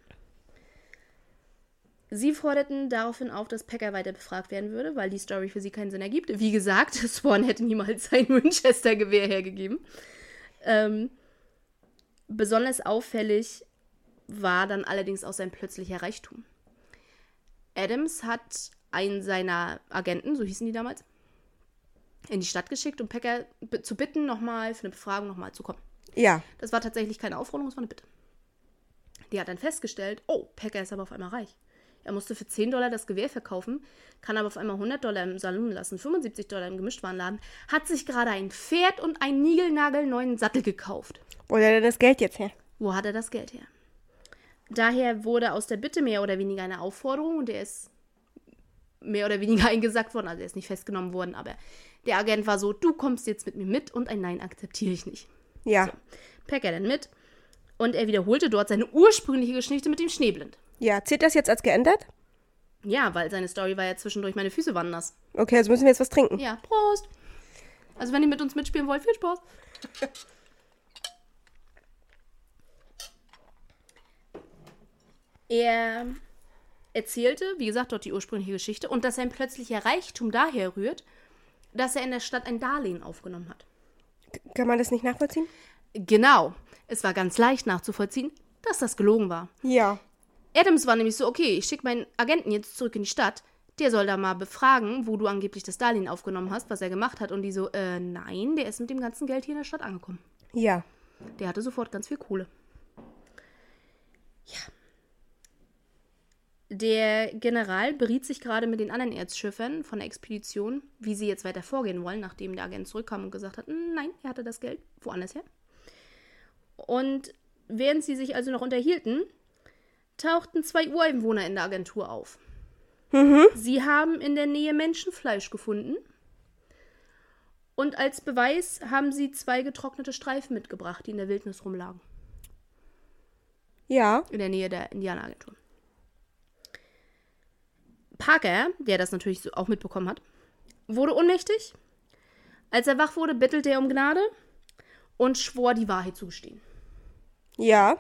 Sie forderten daraufhin auf, dass Packer weiter befragt werden würde, weil die Story für sie keinen Sinn ergibt. Wie gesagt, Swan hätte niemals sein Winchester-Gewehr hergegeben. Besonders auffällig war dann allerdings auch sein plötzlicher Reichtum. Adams hat einen seiner Agenten, so hießen die damals, in die Stadt geschickt, um Packer zu bitten, nochmal für eine Befragung nochmal zu kommen. Ja. Das war tatsächlich keine Aufforderung, das war eine Bitte. Die hat dann festgestellt, oh, Packer ist aber auf einmal reich. Er musste für $10 das Gewehr verkaufen, kann aber auf einmal $100 im Saloon lassen, $75 im Gemischtwarenladen, hat sich gerade ein Pferd und einen niegelnagelneuen Sattel gekauft. Wo hat er denn das Geld jetzt her? Wo hat er das Geld her? Daher wurde aus der Bitte mehr oder weniger eine Aufforderung und er ist mehr oder weniger eingesackt worden, also er ist nicht festgenommen worden, aber der Agent war so, du kommst jetzt mit mir mit und ein Nein akzeptiere ich nicht. Ja. So, Packer dann mit und er wiederholte dort seine ursprüngliche Geschichte mit dem Schneeblind. Ja, zählt das jetzt als geändert? Ja, weil seine Story war ja zwischendurch, meine Füße waren nass. Okay, also müssen wir jetzt was trinken. Ja, Prost! Also wenn ihr mit uns mitspielen wollt, viel Spaß. Er erzählte, wie gesagt, dort die ursprüngliche Geschichte und dass sein plötzlicher Reichtum daher rührt, dass er in der Stadt ein Darlehen aufgenommen hat. Kann man das nicht nachvollziehen? Genau. Es war ganz leicht nachzuvollziehen, dass das gelogen war. Ja. Adams war nämlich so, okay, ich schicke meinen Agenten jetzt zurück in die Stadt. Der soll da mal befragen, wo du angeblich das Darlehen aufgenommen hast, was er gemacht hat. Und die so, nein, der ist mit dem ganzen Geld hier in der Stadt angekommen. Ja. Der hatte sofort ganz viel Kohle. Ja. Der General beriet sich gerade mit den anderen Erzschiffern von der Expedition, wie sie jetzt weiter vorgehen wollen, nachdem der Agent zurückkam und gesagt hat, nein, er hatte das Geld woanders her. Und während sie sich also noch unterhielten, tauchten 2 Ureinwohner in der Agentur auf. Sie haben in der Nähe Menschenfleisch gefunden und als Beweis haben sie 2 getrocknete Streifen mitgebracht, die in der Wildnis rumlagen. Ja. In der Nähe der Indianeragentur. Parker, der das natürlich so auch mitbekommen hat, wurde ohnmächtig. Als er wach wurde, bettelte er um Gnade und schwor, die Wahrheit zu gestehen. Ja.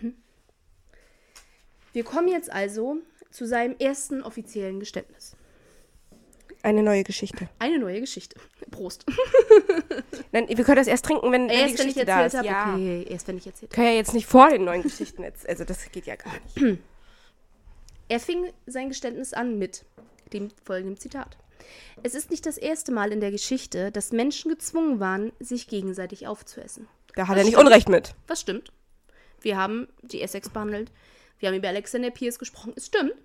Wir kommen jetzt also zu seinem ersten offiziellen Geständnis. Eine neue Geschichte. Eine neue Geschichte. Prost. Nein, wir können das erst trinken, wenn die Erst wenn ich Geschichte da erzählt ist. habe. Ja. Okay, erst wenn ich erzählt habe. Können ja jetzt nicht vor den neuen Geschichten jetzt. Also das geht ja gar nicht. Er fing sein Geständnis an mit dem folgenden Zitat. Es ist nicht das erste Mal in der Geschichte, dass Menschen gezwungen waren, sich gegenseitig aufzuessen. Da hat er nicht Unrecht mit. Was stimmt? Wir haben die Essex behandelt. Wir haben über Alexander Pierce gesprochen. Es stimmt.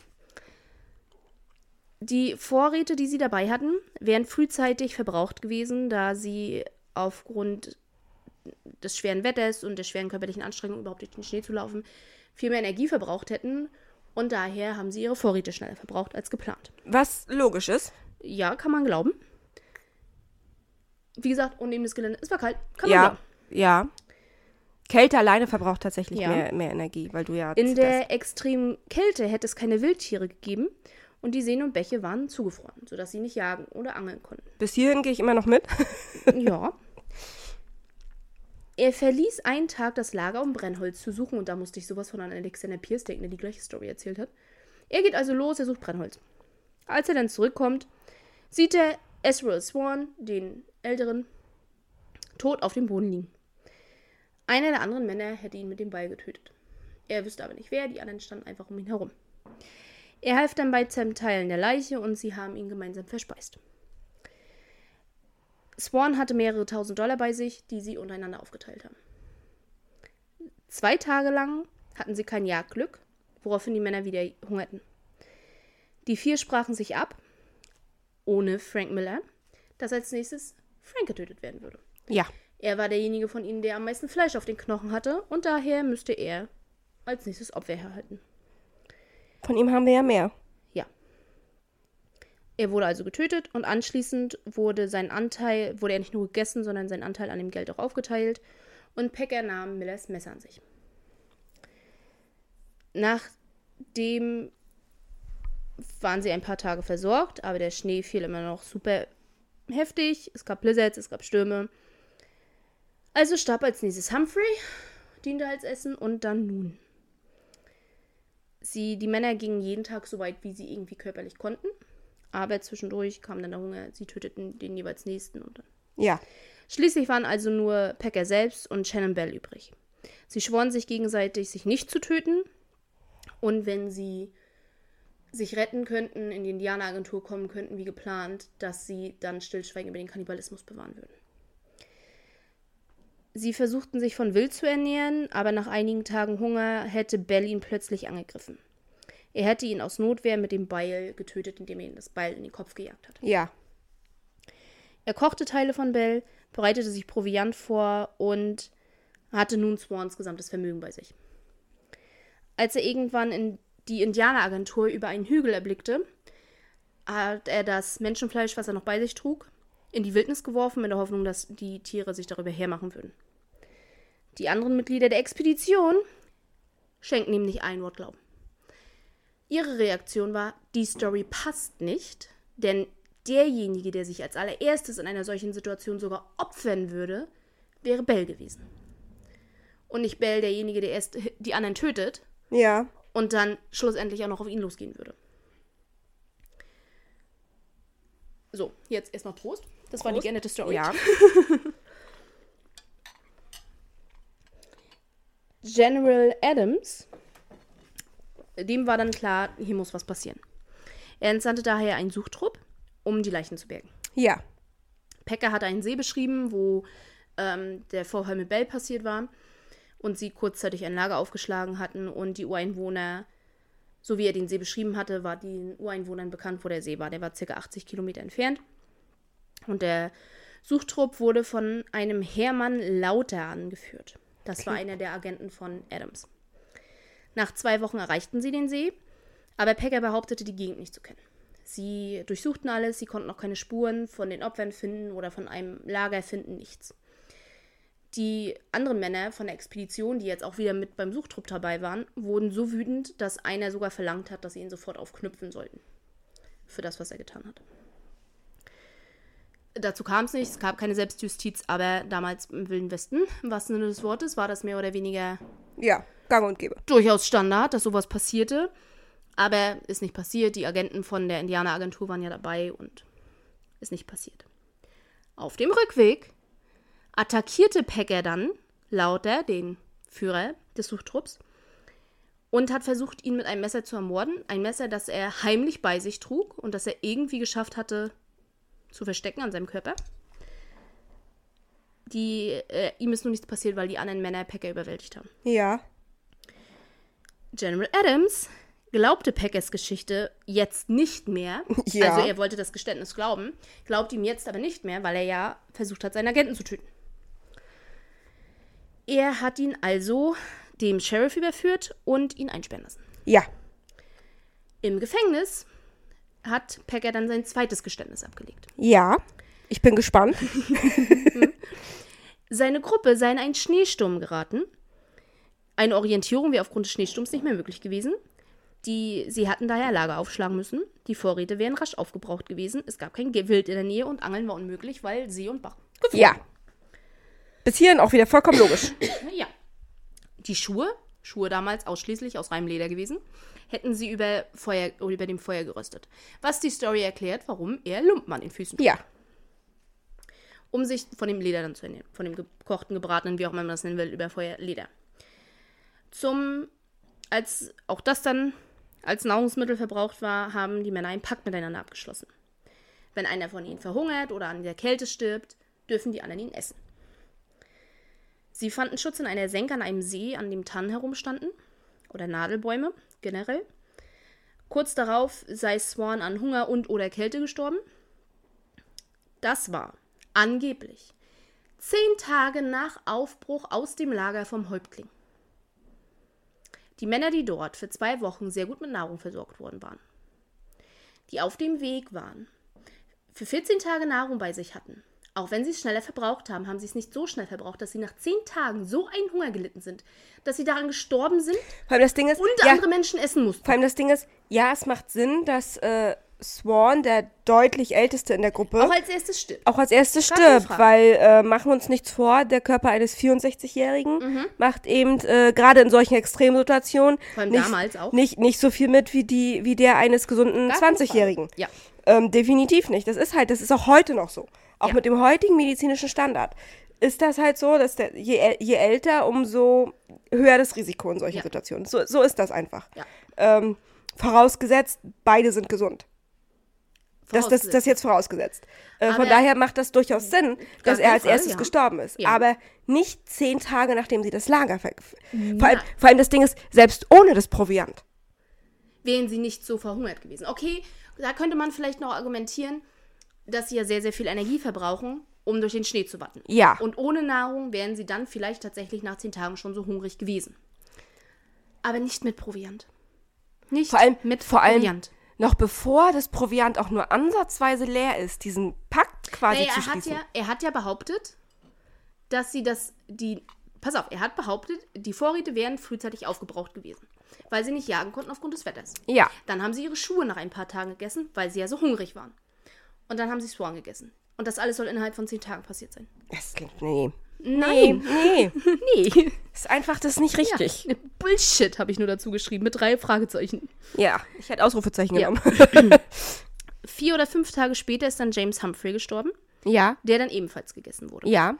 Die Vorräte, die sie dabei hatten, wären frühzeitig verbraucht gewesen, da sie aufgrund des schweren Wetters und der schweren körperlichen Anstrengung, überhaupt durch den Schnee zu laufen, viel mehr Energie verbraucht hätten. Und daher haben sie ihre Vorräte schneller verbraucht als geplant. Was logisch ist. Ja, kann man glauben. Wie gesagt, unnehmendes Gelände. Es war kalt. Kann man glauben. Ja. Kälte alleine verbraucht tatsächlich Ja. mehr Energie, weil du ja... In der extremen Kälte hätte es keine Wildtiere gegeben und die Seen und Bäche waren zugefroren, sodass sie nicht jagen oder angeln konnten. Bis hierhin gehe ich immer noch mit. Ja. Er verließ einen Tag das Lager, um Brennholz zu suchen und da musste ich sowas von an Alexander Pierce denken, der die gleiche Story erzählt hat. Er geht also los, er sucht Brennholz. Als er dann zurückkommt, sieht er Ezra Swan, den Älteren, tot auf dem Boden liegen. Einer der anderen Männer hätte ihn mit dem Beil getötet. Er wüsste aber nicht wer, die anderen standen einfach um ihn herum. Er half dann bei Zerteilen der Leiche und sie haben ihn gemeinsam verspeist. Swan hatte mehrere $1000 bei sich, die sie untereinander aufgeteilt haben. 2 Tage lang hatten sie kein Jagdglück, woraufhin die Männer wieder hungerten. Die 4 sprachen sich ab, ohne Frank Miller, dass als nächstes Frank getötet werden würde. Ja. Er war derjenige von ihnen, der am meisten Fleisch auf den Knochen hatte und daher müsste er als nächstes Opfer erhalten. Von ihm haben wir ja mehr. Ja. Er wurde also getötet und anschließend wurde er nicht nur gegessen, sondern sein Anteil an dem Geld auch aufgeteilt und Packer nahm Millers Messer an sich. Nachdem waren sie ein paar Tage versorgt, aber der Schnee fiel immer noch super heftig. Es gab Blizzards, es gab Stürme. Also starb als nächstes Humphrey, diente als Essen und dann Noon. Die Männer gingen jeden Tag so weit, wie sie irgendwie körperlich konnten. Aber zwischendurch kam dann der Hunger. Sie töteten den jeweils Nächsten. Und dann. Ja. Schließlich waren also nur Packer selbst und Shannon Bell übrig. Sie schworen sich gegenseitig, sich nicht zu töten. Und wenn sie sich retten könnten, in die Indianeragentur kommen könnten, wie geplant, dass sie dann stillschweigend über den Kannibalismus bewahren würden. Sie versuchten sich von Wild zu ernähren, aber nach einigen Tagen Hunger hätte Bell ihn plötzlich angegriffen. Er hätte ihn aus Notwehr mit dem Beil getötet, indem er ihm das Beil in den Kopf gejagt hat. Ja. Er kochte Teile von Bell, bereitete sich Proviant vor und hatte nun Swans gesamtes Vermögen bei sich. Als er irgendwann in die Indianeragentur über einen Hügel erblickte, hat er das Menschenfleisch, was er noch bei sich trug, in die Wildnis geworfen, in der Hoffnung, dass die Tiere sich darüber hermachen würden. Die anderen Mitglieder der Expedition schenkten ihm nicht ein Wort Glauben. Ihre Reaktion war, die Story passt nicht, denn derjenige, der sich als allererstes in einer solchen Situation sogar opfern würde, wäre Bell gewesen. Und nicht Bell derjenige, der erst die anderen tötet. Ja. Und dann schlussendlich auch noch auf ihn losgehen würde. So, jetzt erstmal Prost. Das war die geänderte Story. Ja. General Adams, dem war dann klar, hier muss was passieren. Er entsandte daher einen Suchtrupp, um die Leichen zu bergen. Ja. Packer hatte einen See beschrieben, wo der Vorfall mit Bell passiert war und sie kurzzeitig ein Lager aufgeschlagen hatten und die Ureinwohner, so wie er den See beschrieben hatte, war den Ureinwohnern bekannt, wo der See war. Der war ca. 80 Kilometer entfernt. Und der Suchtrupp wurde von einem Hermann Lauter angeführt. Das war einer der Agenten von Adams. Nach 2 Wochen erreichten sie den See, aber Packer behauptete, die Gegend nicht zu kennen. Sie durchsuchten alles, sie konnten auch keine Spuren von den Opfern finden oder von einem Lager finden, nichts. Die anderen Männer von der Expedition, die jetzt auch wieder mit beim Suchtrupp dabei waren, wurden so wütend, dass einer sogar verlangt hat, dass sie ihn sofort aufknüpfen sollten. Für das, was er getan hat. Dazu kam es nicht, es gab keine Selbstjustiz, aber damals im Wilden Westen, im wahrsten Sinne des Wortes, war das mehr oder weniger Ja, gang und gäbe. durchaus Standard, dass sowas passierte. Aber ist nicht passiert. Die Agenten von der Indianeragentur waren ja dabei und ist nicht passiert. Auf dem Rückweg attackierte Packer dann Lauter, den Führer des Suchtrupps, und hat versucht, ihn mit einem Messer zu ermorden. Ein Messer, das er heimlich bei sich trug und das er irgendwie geschafft hatte zu verstecken an seinem Körper. Ihm ist nur nichts passiert, weil die anderen Männer Packer überwältigt haben. Ja. General Adams glaubte Packers Geschichte jetzt nicht mehr. Ja. Also er wollte das Geständnis glauben, glaubt ihm jetzt aber nicht mehr, weil er ja versucht hat, seinen Agenten zu töten. Er hat ihn also dem Sheriff überführt und ihn einsperren lassen. Ja. Im Gefängnis hat Packer dann sein zweites Geständnis abgelegt. Ja. Ich bin gespannt. Seine Gruppe sei in einen Schneesturm geraten. Eine Orientierung wäre aufgrund des Schneesturms nicht mehr möglich gewesen. Sie hatten daher Lager aufschlagen müssen. Die Vorräte wären rasch aufgebraucht gewesen. Es gab kein Wild in der Nähe und Angeln war unmöglich, weil See und Bach gefroren. Ja. Bis hierhin auch wieder vollkommen logisch. Ja. Die Schuhe damals ausschließlich aus reinem Leder gewesen, hätten sie über dem Feuer geröstet. Was die Story erklärt, warum er Lumpen an den Füßen trug. Ja. Um sich von dem Leder dann zu ernähren. Von dem gekochten, gebratenen, wie auch immer man das nennen will, über Feuer, Leder. Als auch das dann als Nahrungsmittel verbraucht war, haben die Männer einen Pakt miteinander abgeschlossen. Wenn einer von ihnen verhungert oder an der Kälte stirbt, dürfen die anderen ihn essen. Sie fanden Schutz in einer Senke an einem See, an dem Tannen herumstanden. Oder Nadelbäume, generell. Kurz darauf sei Swan an Hunger und oder Kälte gestorben. Das war angeblich 10 Tage nach Aufbruch aus dem Lager vom Häuptling. Die Männer, die dort für 2 Wochen sehr gut mit Nahrung versorgt worden waren, die auf dem Weg waren, für 14 Tage Nahrung bei sich hatten, Auch wenn sie es schneller verbraucht haben, haben sie es nicht so schnell verbraucht, dass sie nach 10 Tagen so einen Hunger gelitten sind, dass sie daran gestorben sind Vor allem das Ding ist, und andere Menschen essen mussten. Vor allem das Ding ist, ja, es macht Sinn, dass Swan, der deutlich älteste in der Gruppe, Auch als erstes stirbt. auch als erstes Gar keine stirbt, Frage. weil, machen wir uns nichts vor, der Körper eines 64-Jährigen macht eben, gerade in solchen Extremsituationen, Vor allem damals auch. nicht so viel mit wie der eines gesunden Gar keine 20-Jährigen. Frage. Ja. Definitiv nicht. Das ist auch heute noch so. Auch Ja. mit dem heutigen medizinischen Standard ist das halt so, dass je älter, umso höher das Risiko in solchen Ja. Situationen. So ist das einfach. Ja. Vorausgesetzt, beide sind gesund. Das Vorausgesetzt. jetzt vorausgesetzt. Von Aber- daher macht das durchaus Sinn, dass er keine als Frage, erstes ja. gestorben ist. Ja. Aber nicht 10 Tage, nachdem sie das Lager vor allem das Ding ist, selbst ohne das Proviant. Wären sie nicht so verhungert gewesen. Okay, da könnte man vielleicht noch argumentieren, dass sie ja sehr, sehr viel Energie verbrauchen, um durch den Schnee zu watten. Ja. Und ohne Nahrung wären sie dann vielleicht tatsächlich nach 10 Tagen schon so hungrig gewesen. Aber nicht mit Proviant. Nicht Vor allem, mit vor allem Proviant. noch bevor das Proviant auch nur ansatzweise leer ist, diesen Pakt quasi Naja, zu schließen. er hat ja behauptet, dass sie pass auf, er hat behauptet, die Vorräte wären frühzeitig aufgebraucht gewesen, weil sie nicht jagen konnten aufgrund des Wetters. Ja. Dann haben sie ihre Schuhe nach ein paar Tagen gegessen, weil sie ja so hungrig waren. Und dann haben sie Swan gegessen. Und das alles soll innerhalb von 10 Tagen passiert sein. Das klingt, nee. Nein. Nee. Nee. Ist einfach das nicht richtig. Ja, Bullshit habe ich nur dazu geschrieben, mit 3 Fragezeichen. Ja, ich hätte Ausrufezeichen Ja. genommen. 4 oder 5 Tage später ist dann James Humphrey gestorben, Ja. der dann ebenfalls gegessen wurde. Ja.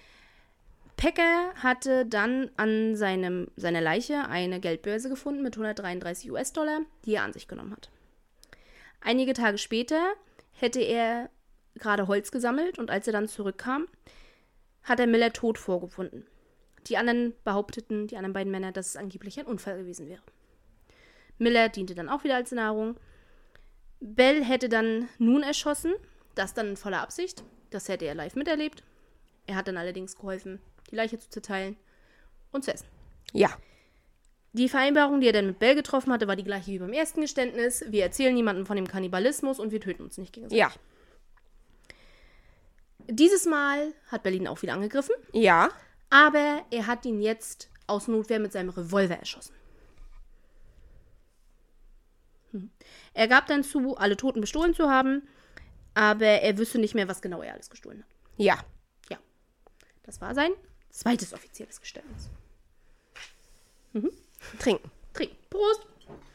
Packer hatte dann an seiner Leiche eine Geldbörse gefunden mit 133 US-Dollar, die er an sich genommen hat. Einige Tage später hätte er gerade Holz gesammelt und als er dann zurückkam, hat er Miller tot vorgefunden. Die anderen beiden Männer, dass es angeblich ein Unfall gewesen wäre. Miller diente dann auch wieder als Nahrung. Bell hätte dann Nun erschossen, das dann in voller Absicht. Das hätte er live miterlebt. Er hat dann allerdings geholfen, die Leiche zu zerteilen und zu essen. Ja. Die Vereinbarung, die er dann mit Bell getroffen hatte, war die gleiche wie beim ersten Geständnis. Wir erzählen niemandem von dem Kannibalismus und wir töten uns nicht gegenseitig. Ja. Dieses Mal hat Bell ihn auch wieder angegriffen, Ja. aber er hat ihn jetzt aus Notwehr mit seinem Revolver erschossen. Er gab dann zu, alle Toten bestohlen zu haben, aber er wüsste nicht mehr, was genau er alles gestohlen hat. Ja. Ja, das war sein zweites offizielles Geständnis. Trinken. Trinken. Prost!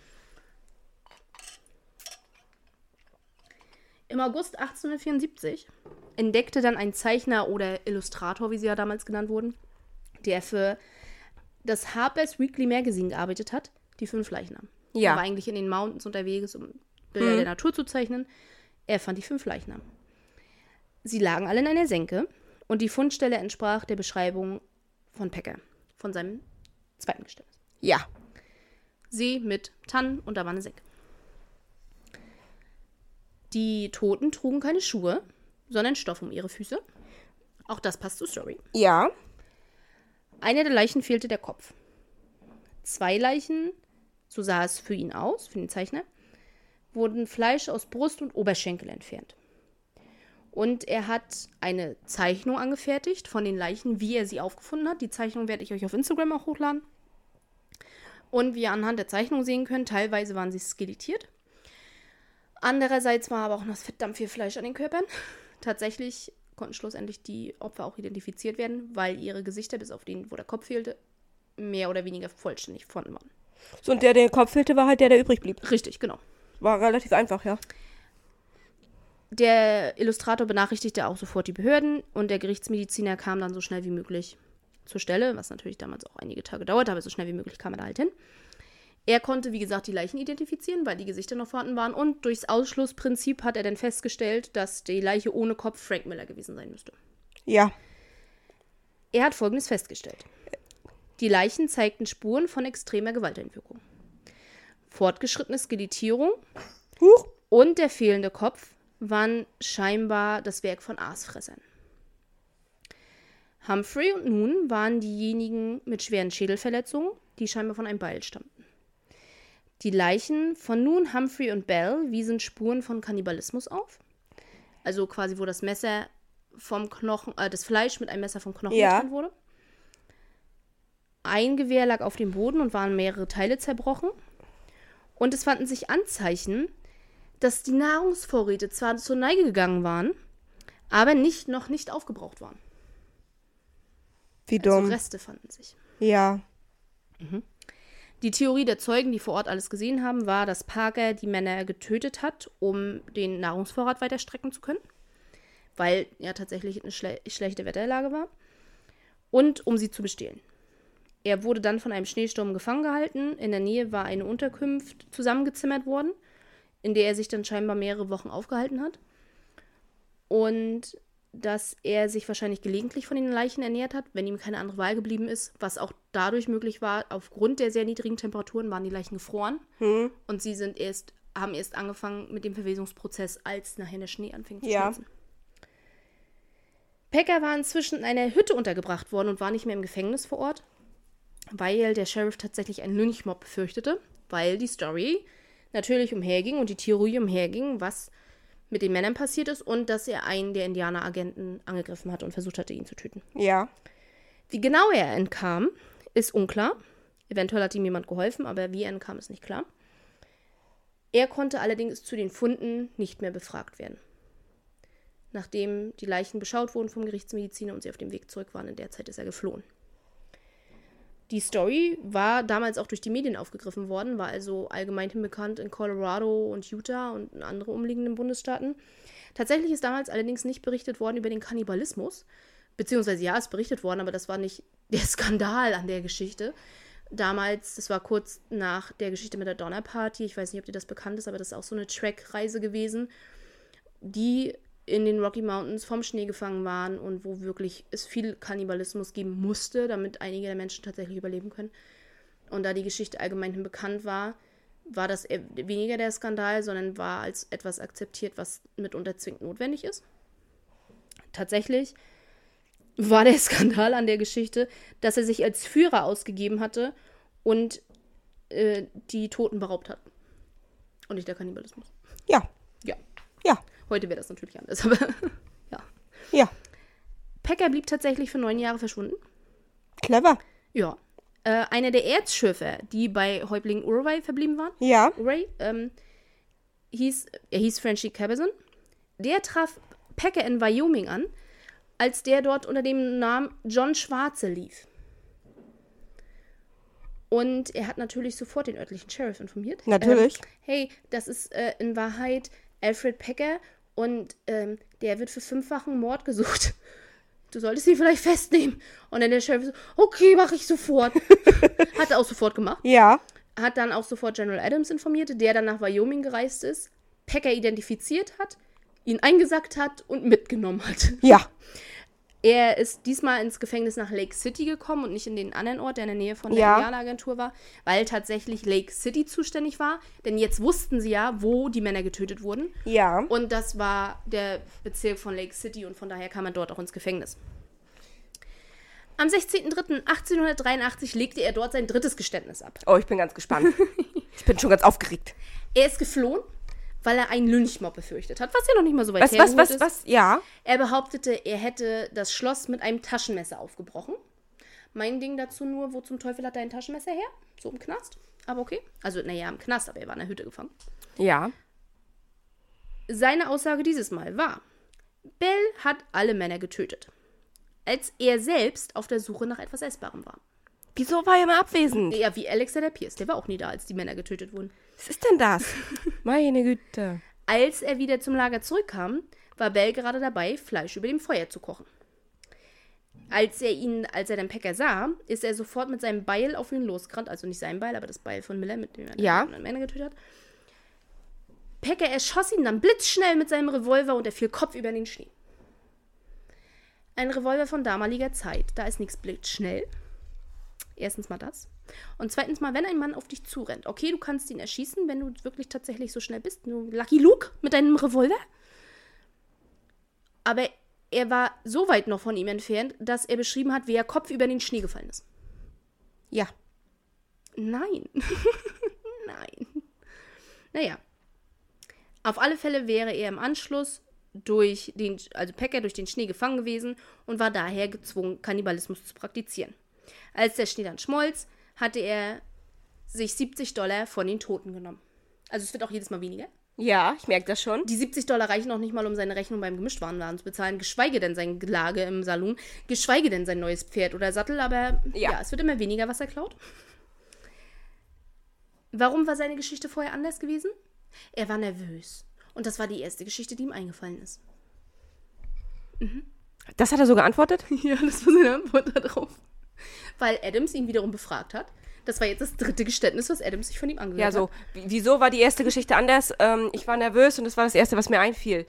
Im August 1874 entdeckte dann ein Zeichner oder Illustrator, wie sie ja damals genannt wurden, der für das Harper's Weekly Magazine gearbeitet hat, die 5 Leichnamen. Ja. Er war eigentlich in den Mountains unterwegs, um Bilder der Natur zu zeichnen. Er fand die 5 Leichnamen. Sie lagen alle in einer Senke und die Fundstelle entsprach der Beschreibung von Packer, von seinem zweiten Geständnis. Ja. See mit Tannen und da war eine Senke. Die Toten trugen keine Schuhe, sondern Stoff um ihre Füße. Auch das passt zur Story. Ja. Einer der Leichen fehlte der Kopf. 2 Leichen, so sah es für ihn aus, für den Zeichner, wurden Fleisch aus Brust und Oberschenkel entfernt. Und er hat eine Zeichnung angefertigt von den Leichen, wie er sie aufgefunden hat. Die Zeichnung werde ich euch auf Instagram auch hochladen. Und wie ihr anhand der Zeichnung sehen könnt, teilweise waren sie skelettiert. Andererseits war aber auch noch verdammt viel Fleisch an den Körpern. Tatsächlich konnten schlussendlich die Opfer auch identifiziert werden, weil ihre Gesichter, bis auf den, wo der Kopf fehlte, mehr oder weniger vollständig vorhanden waren. So, und der den Kopf fehlte, war halt der übrig blieb. Richtig, genau. War relativ einfach, ja. Der Illustrator benachrichtigte auch sofort die Behörden und der Gerichtsmediziner kam dann so schnell wie möglich zur Stelle, was natürlich damals auch einige Tage dauerte, aber so schnell wie möglich kam er da halt hin. Er konnte, wie gesagt, die Leichen identifizieren, weil die Gesichter noch vorhanden waren und durchs Ausschlussprinzip hat er dann festgestellt, dass die Leiche ohne Kopf Frank Miller gewesen sein müsste. Ja. Er hat Folgendes festgestellt. Die Leichen zeigten Spuren von extremer Gewalteinwirkung. Fortgeschrittene Skelettierung Huch. und der fehlende Kopf waren scheinbar das Werk von Aasfressern. Humphrey und Nun waren diejenigen mit schweren Schädelverletzungen, die scheinbar von einem Beil stammten. Die Leichen von Nun, Humphrey und Bell wiesen Spuren von Kannibalismus auf. Also quasi, wo das Messer vom Knochen, das Fleisch mit einem Messer vom Knochen Ja. getrennt wurde. Ein Gewehr lag auf dem Boden und waren mehrere Teile zerbrochen. Und es fanden sich Anzeichen, dass die Nahrungsvorräte zwar zur Neige gegangen waren, aber noch nicht aufgebraucht waren. Wie Also dumm. Reste fanden sich. Ja. Die Theorie der Zeugen, die vor Ort alles gesehen haben, war, dass Parker die Männer getötet hat, um den Nahrungsvorrat weiter strecken zu können, weil ja tatsächlich eine schlechte Wetterlage war, und um sie zu bestehlen. Er wurde dann von einem Schneesturm gefangen gehalten. In der Nähe war eine Unterkunft zusammengezimmert worden, in der er sich dann scheinbar mehrere Wochen aufgehalten hat. Und dass er sich wahrscheinlich gelegentlich von den Leichen ernährt hat, wenn ihm keine andere Wahl geblieben ist, was auch dadurch möglich war, aufgrund der sehr niedrigen Temperaturen waren die Leichen gefroren und sie haben erst angefangen mit dem Verwesungsprozess, als nachher der Schnee anfing zu schmelzen. Packer war inzwischen in einer Hütte untergebracht worden und war nicht mehr im Gefängnis vor Ort, weil der Sheriff tatsächlich einen Lynchmob befürchtete, weil die Story natürlich umherging und die Theorie umherging, was mit den Männern passiert ist und dass er einen der Indianeragenten angegriffen hatte und versucht hatte, ihn zu töten. Ja. Wie genau er entkam, ist unklar. Eventuell hat ihm jemand geholfen, aber wie er entkam, ist nicht klar. Er konnte allerdings zu den Funden nicht mehr befragt werden. Nachdem die Leichen beschaut wurden vom Gerichtsmediziner und sie auf dem Weg zurück waren, in der Zeit ist er geflohen. Die Story war damals auch durch die Medien aufgegriffen worden, war also allgemeinhin bekannt in Colorado und Utah und in anderen umliegenden Bundesstaaten. Tatsächlich ist damals allerdings nicht berichtet worden über den Kannibalismus, beziehungsweise ja, ist berichtet worden, aber das war nicht der Skandal an der Geschichte. Damals, das war kurz nach der Geschichte mit der Donner Party, ich weiß nicht, ob dir das bekannt ist, aber das ist auch so eine Track-Reise gewesen, die in den Rocky Mountains vom Schnee gefangen waren und wo wirklich es viel Kannibalismus geben musste, damit einige der Menschen tatsächlich überleben können. Und da die Geschichte allgemeinhin bekannt war, war das weniger der Skandal, sondern war als etwas akzeptiert, was mitunter zwingend notwendig ist. Tatsächlich war der Skandal an der Geschichte, dass er sich als Führer ausgegeben hatte und die Toten beraubt hat. Und nicht der Kannibalismus. Ja. Ja. Ja. Heute wäre das natürlich anders, aber ja. Ja. Packer blieb tatsächlich für 9 Jahre verschwunden. Clever. Ja. Einer der Erzschürfer, die bei Häuptling Urway verblieben waren, Ja. Urway, hieß Frenchy Cabazon. Der traf Packer in Wyoming an, als der dort unter dem Namen John Schwarze lief. Und er hat natürlich sofort den örtlichen Sheriff informiert. Natürlich. Hey, das ist in Wahrheit Alfred Packer und der wird für 5-fachen Mord gesucht. Du solltest ihn vielleicht festnehmen. Und dann der Sheriff so, okay, mache ich sofort. Hat er auch sofort gemacht. Ja. Hat dann auch sofort General Adams informiert, der dann nach Wyoming gereist ist, Packer identifiziert hat, ihn eingesackt hat und mitgenommen hat. Ja. Er ist diesmal ins Gefängnis nach Lake City gekommen und nicht in den anderen Ort, der in der Nähe von der Indianeragentur war, weil tatsächlich Lake City zuständig war. Denn jetzt wussten sie ja, wo die Männer getötet wurden. Ja. Und das war der Bezirk von Lake City und von daher kam er dort auch ins Gefängnis. Am 16.03.1883 legte er dort sein drittes Geständnis ab. Oh, ich bin ganz gespannt. Ich bin schon ganz aufgeregt. Er ist geflohen, weil er einen Lynchmob befürchtet hat, was ja noch nicht mal so weit hergeholt ist. Was? Ja. Er behauptete, er hätte das Schloss mit einem Taschenmesser aufgebrochen. Mein Ding dazu nur, wo zum Teufel hat er ein Taschenmesser her? So im Knast? Aber okay. Also, naja, im Knast, aber er war in der Hütte gefangen. Ja. Seine Aussage dieses Mal war, Bell hat alle Männer getötet, als er selbst auf der Suche nach etwas Essbarem war. Wieso war er immer abwesend? Ja, wie Alexander Pierce, der war auch nie da, als die Männer getötet wurden. Was ist denn das? Meine Güte. Als er wieder zum Lager zurückkam, war Bell gerade dabei, Fleisch über dem Feuer zu kochen. Als er den Packer sah, ist er sofort mit seinem Beil auf ihn losgerannt. Also nicht sein Beil, aber das Beil von Miller, mit dem er den Männer getötet hat. Packer erschoss ihn dann blitzschnell mit seinem Revolver und er fiel kopfüber in den Schnee. Ein Revolver von damaliger Zeit. Da ist nichts blitzschnell. Erstens mal das. Und zweitens mal, wenn ein Mann auf dich zurennt. Okay, du kannst ihn erschießen, wenn du wirklich tatsächlich so schnell bist. Nur Lucky Luke mit deinem Revolver. Aber er war so weit noch von ihm entfernt, dass er beschrieben hat, wie er kopfüber in den Schnee gefallen ist. Ja. Nein. Nein. Naja. Auf alle Fälle wäre er im Anschluss Packer durch den Schnee gefangen gewesen und war daher gezwungen, Kannibalismus zu praktizieren. Als der Schnee dann schmolz, hatte er sich $70 von den Toten genommen. Also es wird auch jedes Mal weniger. Ja, ich merke das schon. Die $70 reichen auch nicht mal, um seine Rechnung beim Gemischtwarenladen zu bezahlen, geschweige denn sein Gelage im Saloon, geschweige denn sein neues Pferd oder Sattel, aber ja, es wird immer weniger, was er klaut. Warum war seine Geschichte vorher anders gewesen? Er war nervös. Und das war die erste Geschichte, die ihm eingefallen ist. Das hat er so geantwortet? Ja, das war seine Antwort darauf. Weil Adams ihn wiederum befragt hat. Das war jetzt das 3. Geständnis, was Adams sich von ihm angehört hat. Ja, so. Wieso war die erste Geschichte anders? Ich war nervös und das war das Erste, was mir einfiel.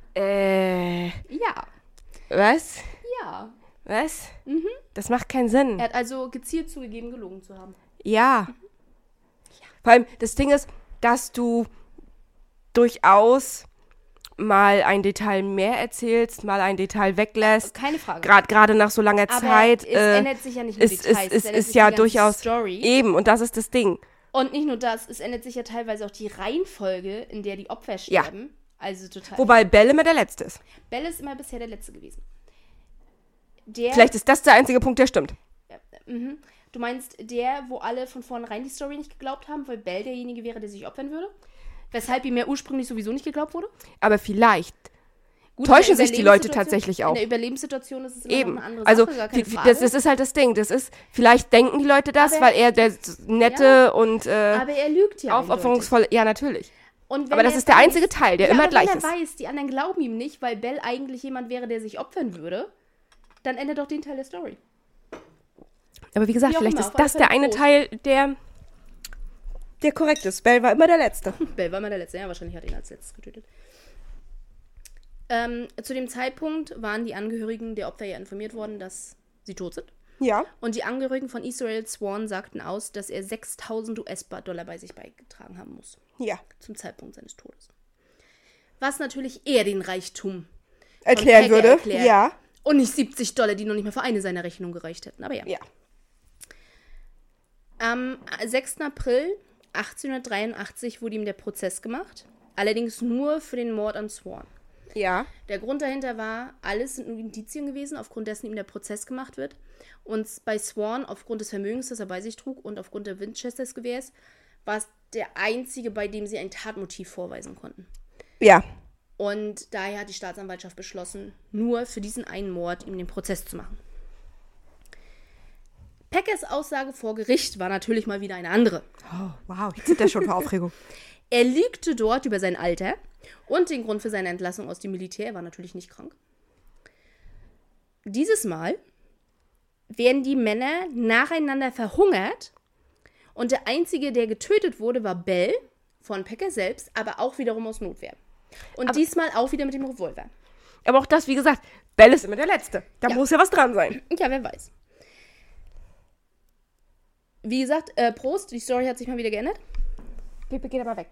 Ja. Was? Ja. Was? Das macht keinen Sinn. Er hat also gezielt zugegeben, gelogen zu haben. Ja. Vor allem, das Ding ist, dass du durchaus mal ein Detail mehr erzählst, mal ein Detail weglässt. Keine Frage. Gerade nach so langer Zeit. Es ändert sich ja nicht nur Details. Es ist ja durchaus Story. Eben, und das ist das Ding. Und nicht nur das, es ändert sich ja teilweise auch die Reihenfolge, in der die Opfer sterben. Ja. Also total. Wobei Bell immer der Letzte ist. Bell ist immer bisher der Letzte gewesen. Vielleicht ist das der einzige Punkt, der stimmt. Du meinst der, wo alle von vornherein die Story nicht geglaubt haben, weil Bell derjenige wäre, der sich opfern würde? Weshalb ihm ja ursprünglich sowieso nicht geglaubt wurde? Aber vielleicht täuschen sich die Leute tatsächlich auch. In der Überlebenssituation ist es immer noch eine andere also, Sache, gar keine Frage. Das ist halt das Ding. Vielleicht denken die Leute das, weil er der nette und aber er lügt ja aufopferungsvoll. Ja, natürlich. Und aber das ist der einzige Teil, der immer gleich ist. Wenn er weiß, die anderen glauben ihm nicht, weil Bell eigentlich jemand wäre, der sich opfern würde, dann ändert doch den Teil der Story. Aber wie gesagt, vielleicht ist das der eine Teil, der korrekt ist. Bell war immer der Letzte. Bell war immer der Letzte, ja, wahrscheinlich hat ihn als Letztes getötet. Zu dem Zeitpunkt waren die Angehörigen der Opfer ja informiert worden, dass sie tot sind. Ja. Und die Angehörigen von Israel Swan sagten aus, dass er $6.000 bei sich beigetragen haben muss. Ja. Zum Zeitpunkt seines Todes. Was natürlich eher den Reichtum erklären würde. Ja. Und nicht $70, die noch nicht mal für eine seiner Rechnungen gereicht hätten. Aber ja. Ja. Am 6. April 1883 wurde ihm der Prozess gemacht. Allerdings nur für den Mord an Swan. Ja. Der Grund dahinter war, alles sind nur Indizien gewesen, aufgrund dessen ihm der Prozess gemacht wird. Und bei Swan, aufgrund des Vermögens, das er bei sich trug und aufgrund der Winchesters-Gewehrs, war es der einzige, bei dem sie ein Tatmotiv vorweisen konnten. Ja. Und daher hat die Staatsanwaltschaft beschlossen, nur für diesen einen Mord ihm den Prozess zu machen. Packers Aussage vor Gericht war natürlich mal wieder eine andere. Oh, wow, ich zitter schon vor Aufregung. Er lügte dort über sein Alter und den Grund für seine Entlassung aus dem Militär. Er war natürlich nicht krank. Dieses Mal werden die Männer nacheinander verhungert und der Einzige, der getötet wurde, war Bell von Packer selbst, aber auch wiederum aus Notwehr. Und diesmal auch wieder mit dem Revolver. Aber auch das, wie gesagt, Bell ist immer der Letzte. Da muss ja was dran sein. Ja, wer weiß. Wie gesagt, Prost, die Story hat sich mal wieder geändert. Pepe geht aber weg.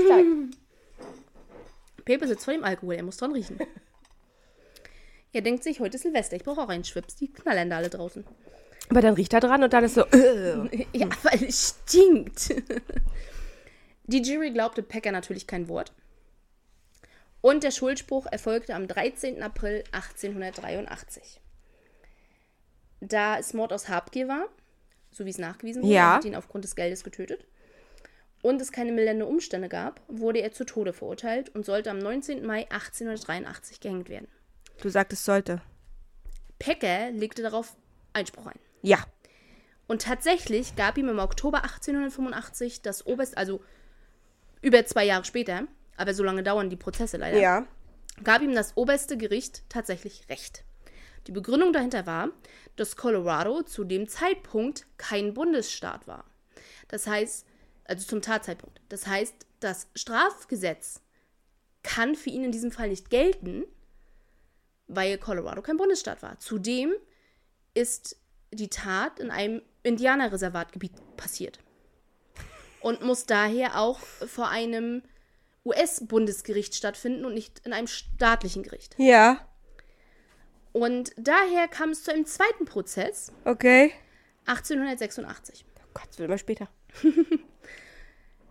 Pepe sitzt vor dem Alkohol, er muss dran riechen. Er denkt sich, heute ist Silvester, ich brauche auch einen Schwips, die knallern da alle draußen. Aber dann riecht er dran und dann ist so, Ja, weil es stinkt. Die Jury glaubte Packer natürlich kein Wort. Und der Schuldspruch erfolgte am 13. April 1883. Da es Mord aus Habgier war, so wie es nachgewiesen wurde, hat ihn aufgrund des Geldes getötet, und es keine mildernde Umstände gab, wurde er zu Tode verurteilt und sollte am 19. Mai 1883 gehängt werden. Du sagtest sollte. Packer legte darauf Einspruch ein. Ja. Und tatsächlich gab ihm im Oktober 1885 das oberste, also über 2 Jahre später, aber so lange dauern die Prozesse leider, gab ihm das oberste Gericht tatsächlich Recht. Die Begründung dahinter war, dass Colorado zu dem Zeitpunkt kein Bundesstaat war. Das heißt, also zum Tatzeitpunkt. Das heißt, das Strafgesetz kann für ihn in diesem Fall nicht gelten, weil Colorado kein Bundesstaat war. Zudem ist die Tat in einem Indianerreservatgebiet passiert und muss daher auch vor einem US-Bundesgericht stattfinden und nicht in einem staatlichen Gericht. Ja. Und daher kam es zu einem zweiten Prozess. Okay. 1886. Oh Gott, das wird immer später.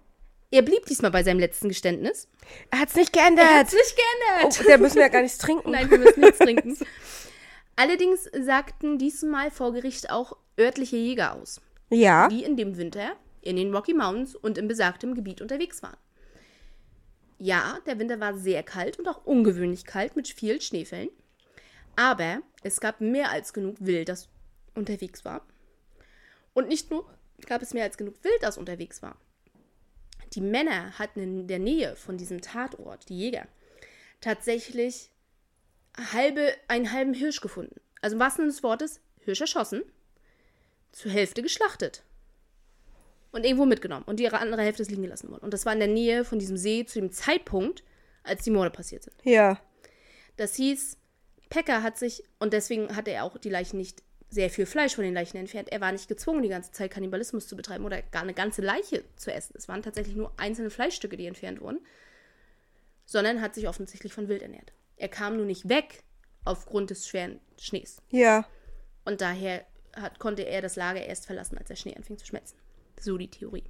Er blieb diesmal bei seinem letzten Geständnis. Er hat's nicht geändert. Oh, der müssen wir ja gar nichts trinken. Nein, wir müssen nichts trinken. Allerdings sagten diesmal vor Gericht auch örtliche Jäger aus, Ja. die in dem Winter in den Rocky Mountains und im besagten Gebiet unterwegs waren. Ja, der Winter war sehr kalt und auch ungewöhnlich kalt mit vielen Schneefällen. Aber es gab mehr als genug Wild, das unterwegs war. Und nicht nur gab es mehr als genug Wild, das unterwegs war. Die Männer hatten in der Nähe von diesem Tatort, die Jäger, tatsächlich einen halben Hirsch gefunden. Also im wahrsten Sinne des Wortes, Hirsch erschossen, zur Hälfte geschlachtet und irgendwo mitgenommen. Und die andere Hälfte ist liegen gelassen worden. Und das war in der Nähe von diesem See zu dem Zeitpunkt, als die Morde passiert sind. Ja. Das hieß, Packer hat sich, und deswegen hatte er auch die Leichen nicht sehr viel Fleisch von den Leichen entfernt. Er war nicht gezwungen, die ganze Zeit Kannibalismus zu betreiben oder gar eine ganze Leiche zu essen. Es waren tatsächlich nur einzelne Fleischstücke, die entfernt wurden, sondern hat sich offensichtlich von Wild ernährt. Er kam nur nicht weg aufgrund des schweren Schnees. Ja. Und daher konnte er das Lager erst verlassen, als der Schnee anfing zu schmelzen. So die Theorie.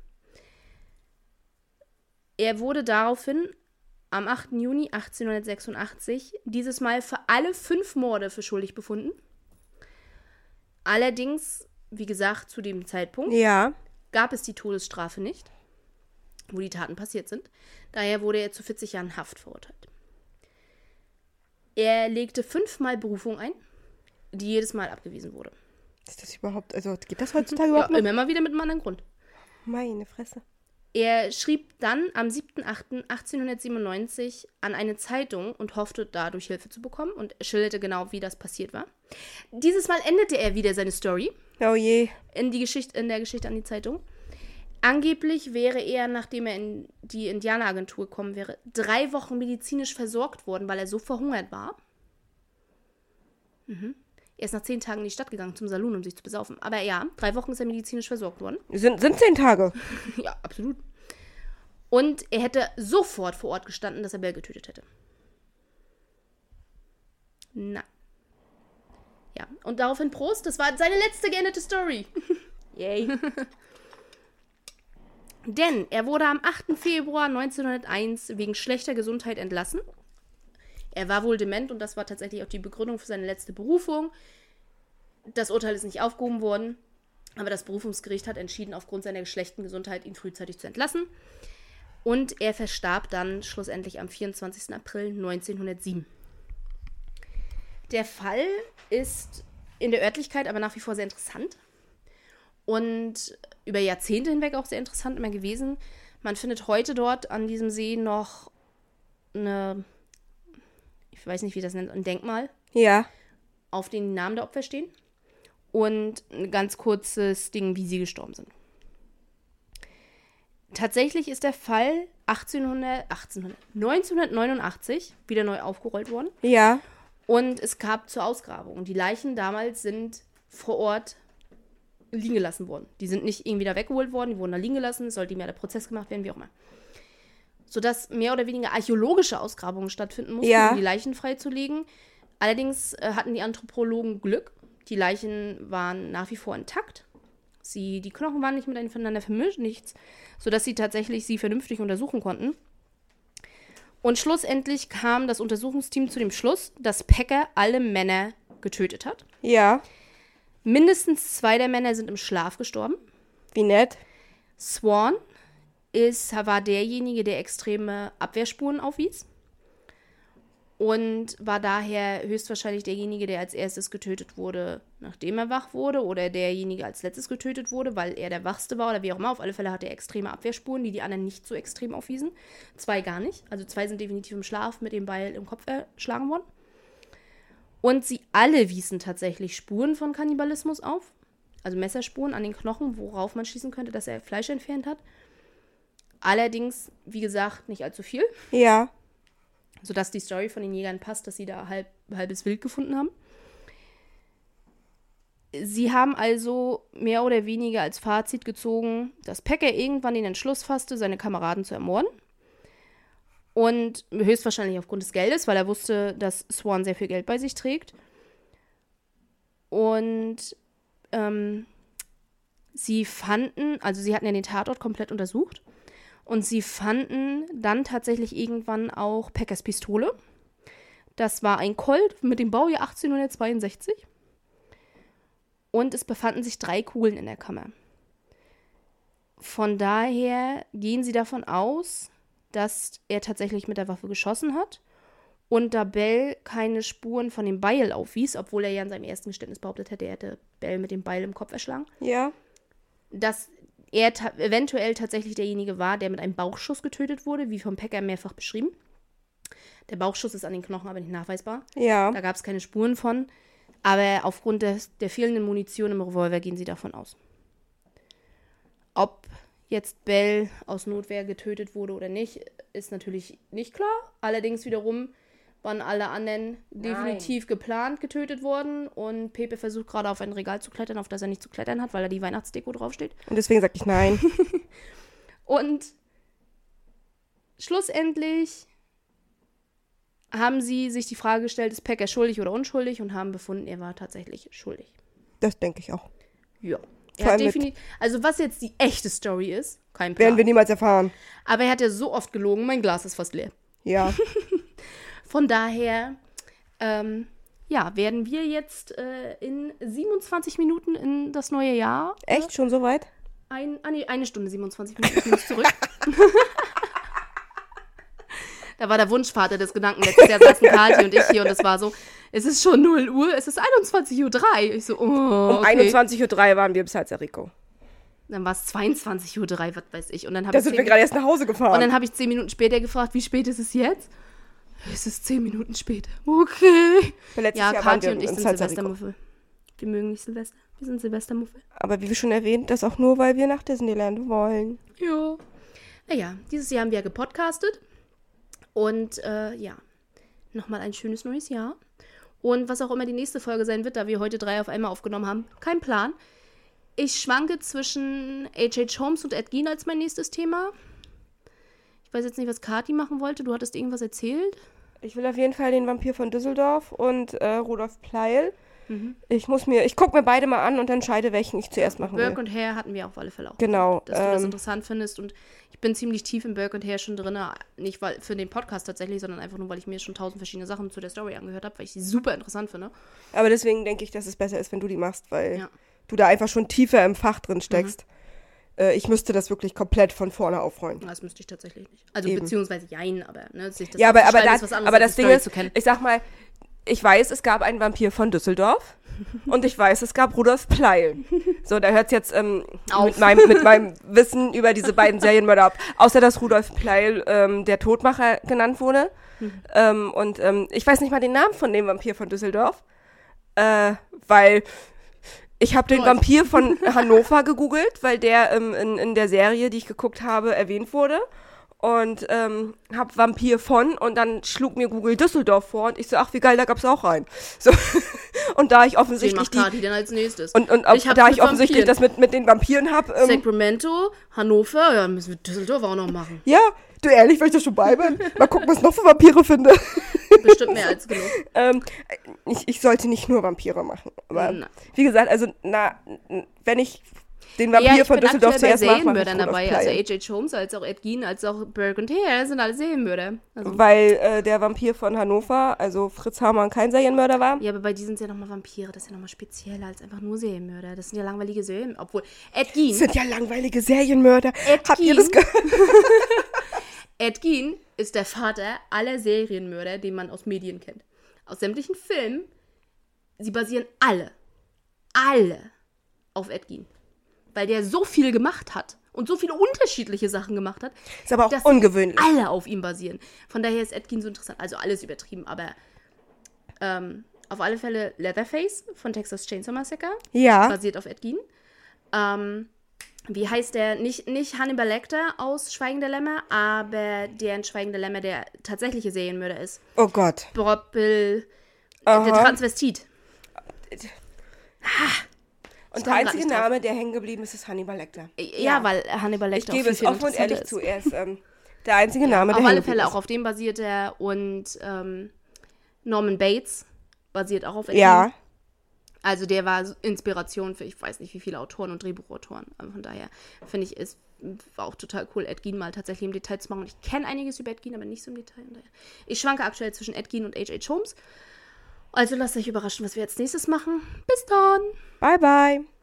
Er wurde daraufhin am 8. Juni 1886 dieses Mal für alle 5 Morde für schuldig befunden. Allerdings, wie gesagt, zu dem Zeitpunkt gab es die Todesstrafe nicht, wo die Taten passiert sind. Daher wurde er zu 40 Jahren Haft verurteilt. Er legte 5-mal Berufung ein, die jedes Mal abgewiesen wurde. Ist das überhaupt, also geht das heutzutage überhaupt noch? Immer mal wieder mit einem anderen Grund. Meine Fresse. Er schrieb dann am 7.8.1897 an eine Zeitung und hoffte, dadurch Hilfe zu bekommen und schilderte genau, wie das passiert war. Dieses Mal endete er wieder seine Story. Oh je. In der Geschichte an die Zeitung. Angeblich wäre er, nachdem er in die Indianeragentur gekommen wäre, 3 Wochen medizinisch versorgt worden, weil er so verhungert war. Er ist nach 10 Tagen in die Stadt gegangen zum Saloon, um sich zu besaufen. Aber ja, 3 Wochen ist er medizinisch versorgt worden. Sind 10 Tage. Ja, absolut. Und er hätte sofort vor Ort gestanden, dass er Bell getötet hätte. Nein. Ja, und daraufhin Prost, das war seine letzte geendete Story. Yay. Denn er wurde am 8. Februar 1901 wegen schlechter Gesundheit entlassen. Er war wohl dement und das war tatsächlich auch die Begründung für seine letzte Berufung. Das Urteil ist nicht aufgehoben worden, aber das Berufungsgericht hat entschieden, aufgrund seiner schlechten Gesundheit ihn frühzeitig zu entlassen. Und er verstarb dann schlussendlich am 24. April 1907. Der Fall ist in der Örtlichkeit aber nach wie vor sehr interessant und über Jahrzehnte hinweg auch sehr interessant immer gewesen. Man findet heute dort an diesem See noch ich weiß nicht, wie das nennt, ein Denkmal. Ja. Auf den Namen der Opfer stehen. Und ein ganz kurzes Ding, wie sie gestorben sind. Tatsächlich ist der Fall 1989 wieder neu aufgerollt worden. Ja. Und es gab zur Ausgrabung. Und die Leichen damals sind vor Ort liegen gelassen worden. Die sind nicht irgendwie da weggeholt worden, die wurden da liegen gelassen, es sollte mehr der Prozess gemacht werden, wie auch immer. Sodass mehr oder weniger archäologische Ausgrabungen stattfinden mussten, um die Leichen freizulegen. Allerdings hatten die Anthropologen Glück. Die Leichen waren nach wie vor intakt. Die Knochen waren nicht miteinander vermischt, nichts, sodass sie tatsächlich sie vernünftig untersuchen konnten. Und schlussendlich kam das Untersuchungsteam zu dem Schluss, dass Packer alle Männer getötet hat. Ja. Mindestens 2 der Männer sind im Schlaf gestorben. Wie nett. Swan war derjenige, der extreme Abwehrspuren aufwies. Und war daher höchstwahrscheinlich derjenige, der als erstes getötet wurde, nachdem er wach wurde. Oder derjenige als letztes getötet wurde, weil er der Wachste war oder wie auch immer. Auf alle Fälle hatte er extreme Abwehrspuren, die anderen nicht so extrem aufwiesen. 2 gar nicht. Also 2 sind definitiv im Schlaf mit dem Beil im Kopf erschlagen worden. Und sie alle wiesen tatsächlich Spuren von Kannibalismus auf. Also Messerspuren an den Knochen, worauf man schließen könnte, dass er Fleisch entfernt hat. Allerdings, wie gesagt, nicht allzu viel. Ja. Sodass die Story von den Jägern passt, dass sie da halbes Wild gefunden haben. Sie haben also mehr oder weniger als Fazit gezogen, dass Packer irgendwann den Entschluss fasste, seine Kameraden zu ermorden. Und höchstwahrscheinlich aufgrund des Geldes, weil er wusste, dass Swan sehr viel Geld bei sich trägt. Und sie hatten ja den Tatort komplett untersucht Und sie fanden dann tatsächlich irgendwann auch Packers Pistole. Das war ein Colt mit dem Baujahr 1862. Und es befanden sich 3 Kugeln in der Kammer. Von daher gehen sie davon aus, dass er tatsächlich mit der Waffe geschossen hat. Und da Bell keine Spuren von dem Beil aufwies, obwohl er ja in seinem ersten Geständnis behauptet hätte, er hätte Bell mit dem Beil im Kopf erschlagen. Ja. Dass er eventuell tatsächlich derjenige war, der mit einem Bauchschuss getötet wurde, wie vom Packer mehrfach beschrieben. Der Bauchschuss ist an den Knochen aber nicht nachweisbar. Ja. Da gab es keine Spuren von. Aber aufgrund der fehlenden Munition im Revolver gehen sie davon aus. Ob jetzt Bell aus Notwehr getötet wurde oder nicht, ist natürlich nicht klar. Allerdings wiederum waren alle anderen definitiv geplant getötet worden. Und Pepe versucht gerade auf ein Regal zu klettern, auf das er nicht zu klettern hat, weil da die Weihnachtsdeko draufsteht. Und deswegen sage ich nein. Und schlussendlich haben sie sich die Frage gestellt, ist Packer schuldig oder unschuldig, und haben befunden, er war tatsächlich schuldig. Das denke ich auch. Ja. Vor Er hat allem definitiv, also was jetzt die echte Story ist, kein Plan. Werden wir niemals erfahren. Aber er hat ja so oft gelogen, mein Glas ist fast leer. Ja. Von daher, werden wir jetzt in 27 Minuten in das neue Jahr. Echt? Schon so weit? Eine Stunde 27 Minuten. Ich muss zurück. Da war der Wunschvater des Gedanken. Letztes Jahr saßen Kathi und ich hier und es war so, es ist schon 0 Uhr, es ist 21:03 Uhr. Ich so, Um okay. 21:03 Uhr waren wir im Salsa Rico. Dann war es 22:03 Uhr, was weiß ich. Und dann Da sind wir gerade erst nach Hause gefahren. Und dann habe ich 10 Minuten später gefragt, wie spät ist es jetzt? Es ist 10 Minuten später. Okay. Letztes Ja, Jahr waren Kathi wir und ich im sind Salsa Rico. Silvestermuffel. Wir mögen nicht Silvester. Wir sind Silvestermuffel. Aber wie wir schon erwähnt, das auch nur, weil wir nach Disneyland wollen. Ja. Naja, dieses Jahr haben wir ja gepodcastet. Und nochmal ein schönes neues Jahr. Und was auch immer die nächste Folge sein wird, da wir heute 3 auf einmal aufgenommen haben, kein Plan. Ich schwanke zwischen H.H. Holmes und Ed Gein als mein nächstes Thema. Ich weiß jetzt nicht, was Kathi machen wollte. Du hattest irgendwas erzählt. Ich will auf jeden Fall den Vampir von Düsseldorf und Rudolf Pleil. Ich gucke mir beide mal an und entscheide, welchen ich zuerst machen will. Burke und Hare hatten wir auf alle Fälle auch. Genau. Dass du das interessant findest. Und ich bin ziemlich tief in Burke und Hare schon drin. Nicht für den Podcast tatsächlich, sondern einfach nur, weil ich mir schon 1000 verschiedene Sachen zu der Story angehört habe, weil ich sie super interessant finde. Aber deswegen denke ich, dass es besser ist, wenn du die machst, weil du da einfach schon tiefer im Fach drin steckst. Ich müsste das wirklich komplett von vorne aufrollen. Das müsste ich tatsächlich nicht. Also beziehungsweise jein, aber sich das ja, aber ist was anderes, aber das als die Ding Story ist, zu kennen. ich sag mal, ich weiß, es gab einen Vampir von Düsseldorf und ich weiß, es gab Rudolf Pleil. So, da hört es jetzt mit meinem Wissen über diese beiden Serienmörder ab. Außer, dass Rudolf Pleil der Todmacher genannt wurde. Ich weiß nicht mal den Namen von dem Vampir von Düsseldorf, weil ich habe den Vampir von Hannover gegoogelt, weil der in der Serie, die ich geguckt habe, erwähnt wurde. Und hab Vampir von und dann schlug mir Google Düsseldorf vor und ich so, ach wie geil, da gab's auch einen. So. Und da ich offensichtlich Den macht Kathi denn als nächstes. da ich offensichtlich das mit den Vampiren hab. Sacramento, Hannover, ja, müssen wir Düsseldorf auch noch machen. Ja, du ehrlich, weil ich das schon bei bin. Mal gucken, was ich noch für Vampire finde. Bestimmt mehr als genug. Ich sollte nicht nur Vampire machen. Aber wie gesagt, also wenn ich den Vampir von Düsseldorf zuerst mache, mache ich dabei. Also H.H. Holmes, als auch Ed Gein, als auch Burke und Hare sind alle Serienmörder. Also. Weil der Vampir von Hannover, also Fritz Hamann, kein Serienmörder war. Ja, aber bei die sind es ja nochmal Vampire. Das ist ja nochmal spezieller als einfach nur Serienmörder. Das sind ja langweilige Serienmörder. Obwohl, Ed Gein... Das sind ja langweilige Serienmörder. Habt ihr das gehört? Ed Gein ist der Vater aller Serienmörder, den man aus Medien kennt. Aus sämtlichen Filmen. Sie basieren alle auf Ed Gein. Weil der so viel gemacht hat und so viele unterschiedliche Sachen gemacht hat. Ist aber auch ungewöhnlich. Alle auf ihm basieren. Von daher ist Ed Gein so interessant. Also alles übertrieben, aber auf alle Fälle Leatherface von Texas Chainsaw Massacre. Ja. Basiert auf Ed Gein. Wie heißt der? Nicht Hannibal Lecter aus Schweigen der Lämmer, aber der in Schweigen der Lämmer der tatsächliche Serienmörder ist. Oh Gott. Bobbel, der Transvestit. Und der einzige Name, der hängen geblieben ist, ist Hannibal Lecter. Ja, weil Hannibal Lecter ich gebe es offen und ehrlich zu. Er ist der einzige Name, der auf alle Fälle auch auf dem basiert er. Und Norman Bates basiert auch auf Ed Gein. Ja. Also der war Inspiration für ich weiß nicht wie viele Autoren und Drehbuchautoren. Aber von daher finde ich, es war auch total cool, Ed Gein mal tatsächlich im Detail zu machen. Und ich kenne einiges über Ed Gein, aber nicht so im Detail. Und daher. Ich schwanke aktuell zwischen Ed Gein und H.H. Holmes. Also lasst euch überraschen, was wir jetzt nächstes machen. Bis dann! Bye, bye.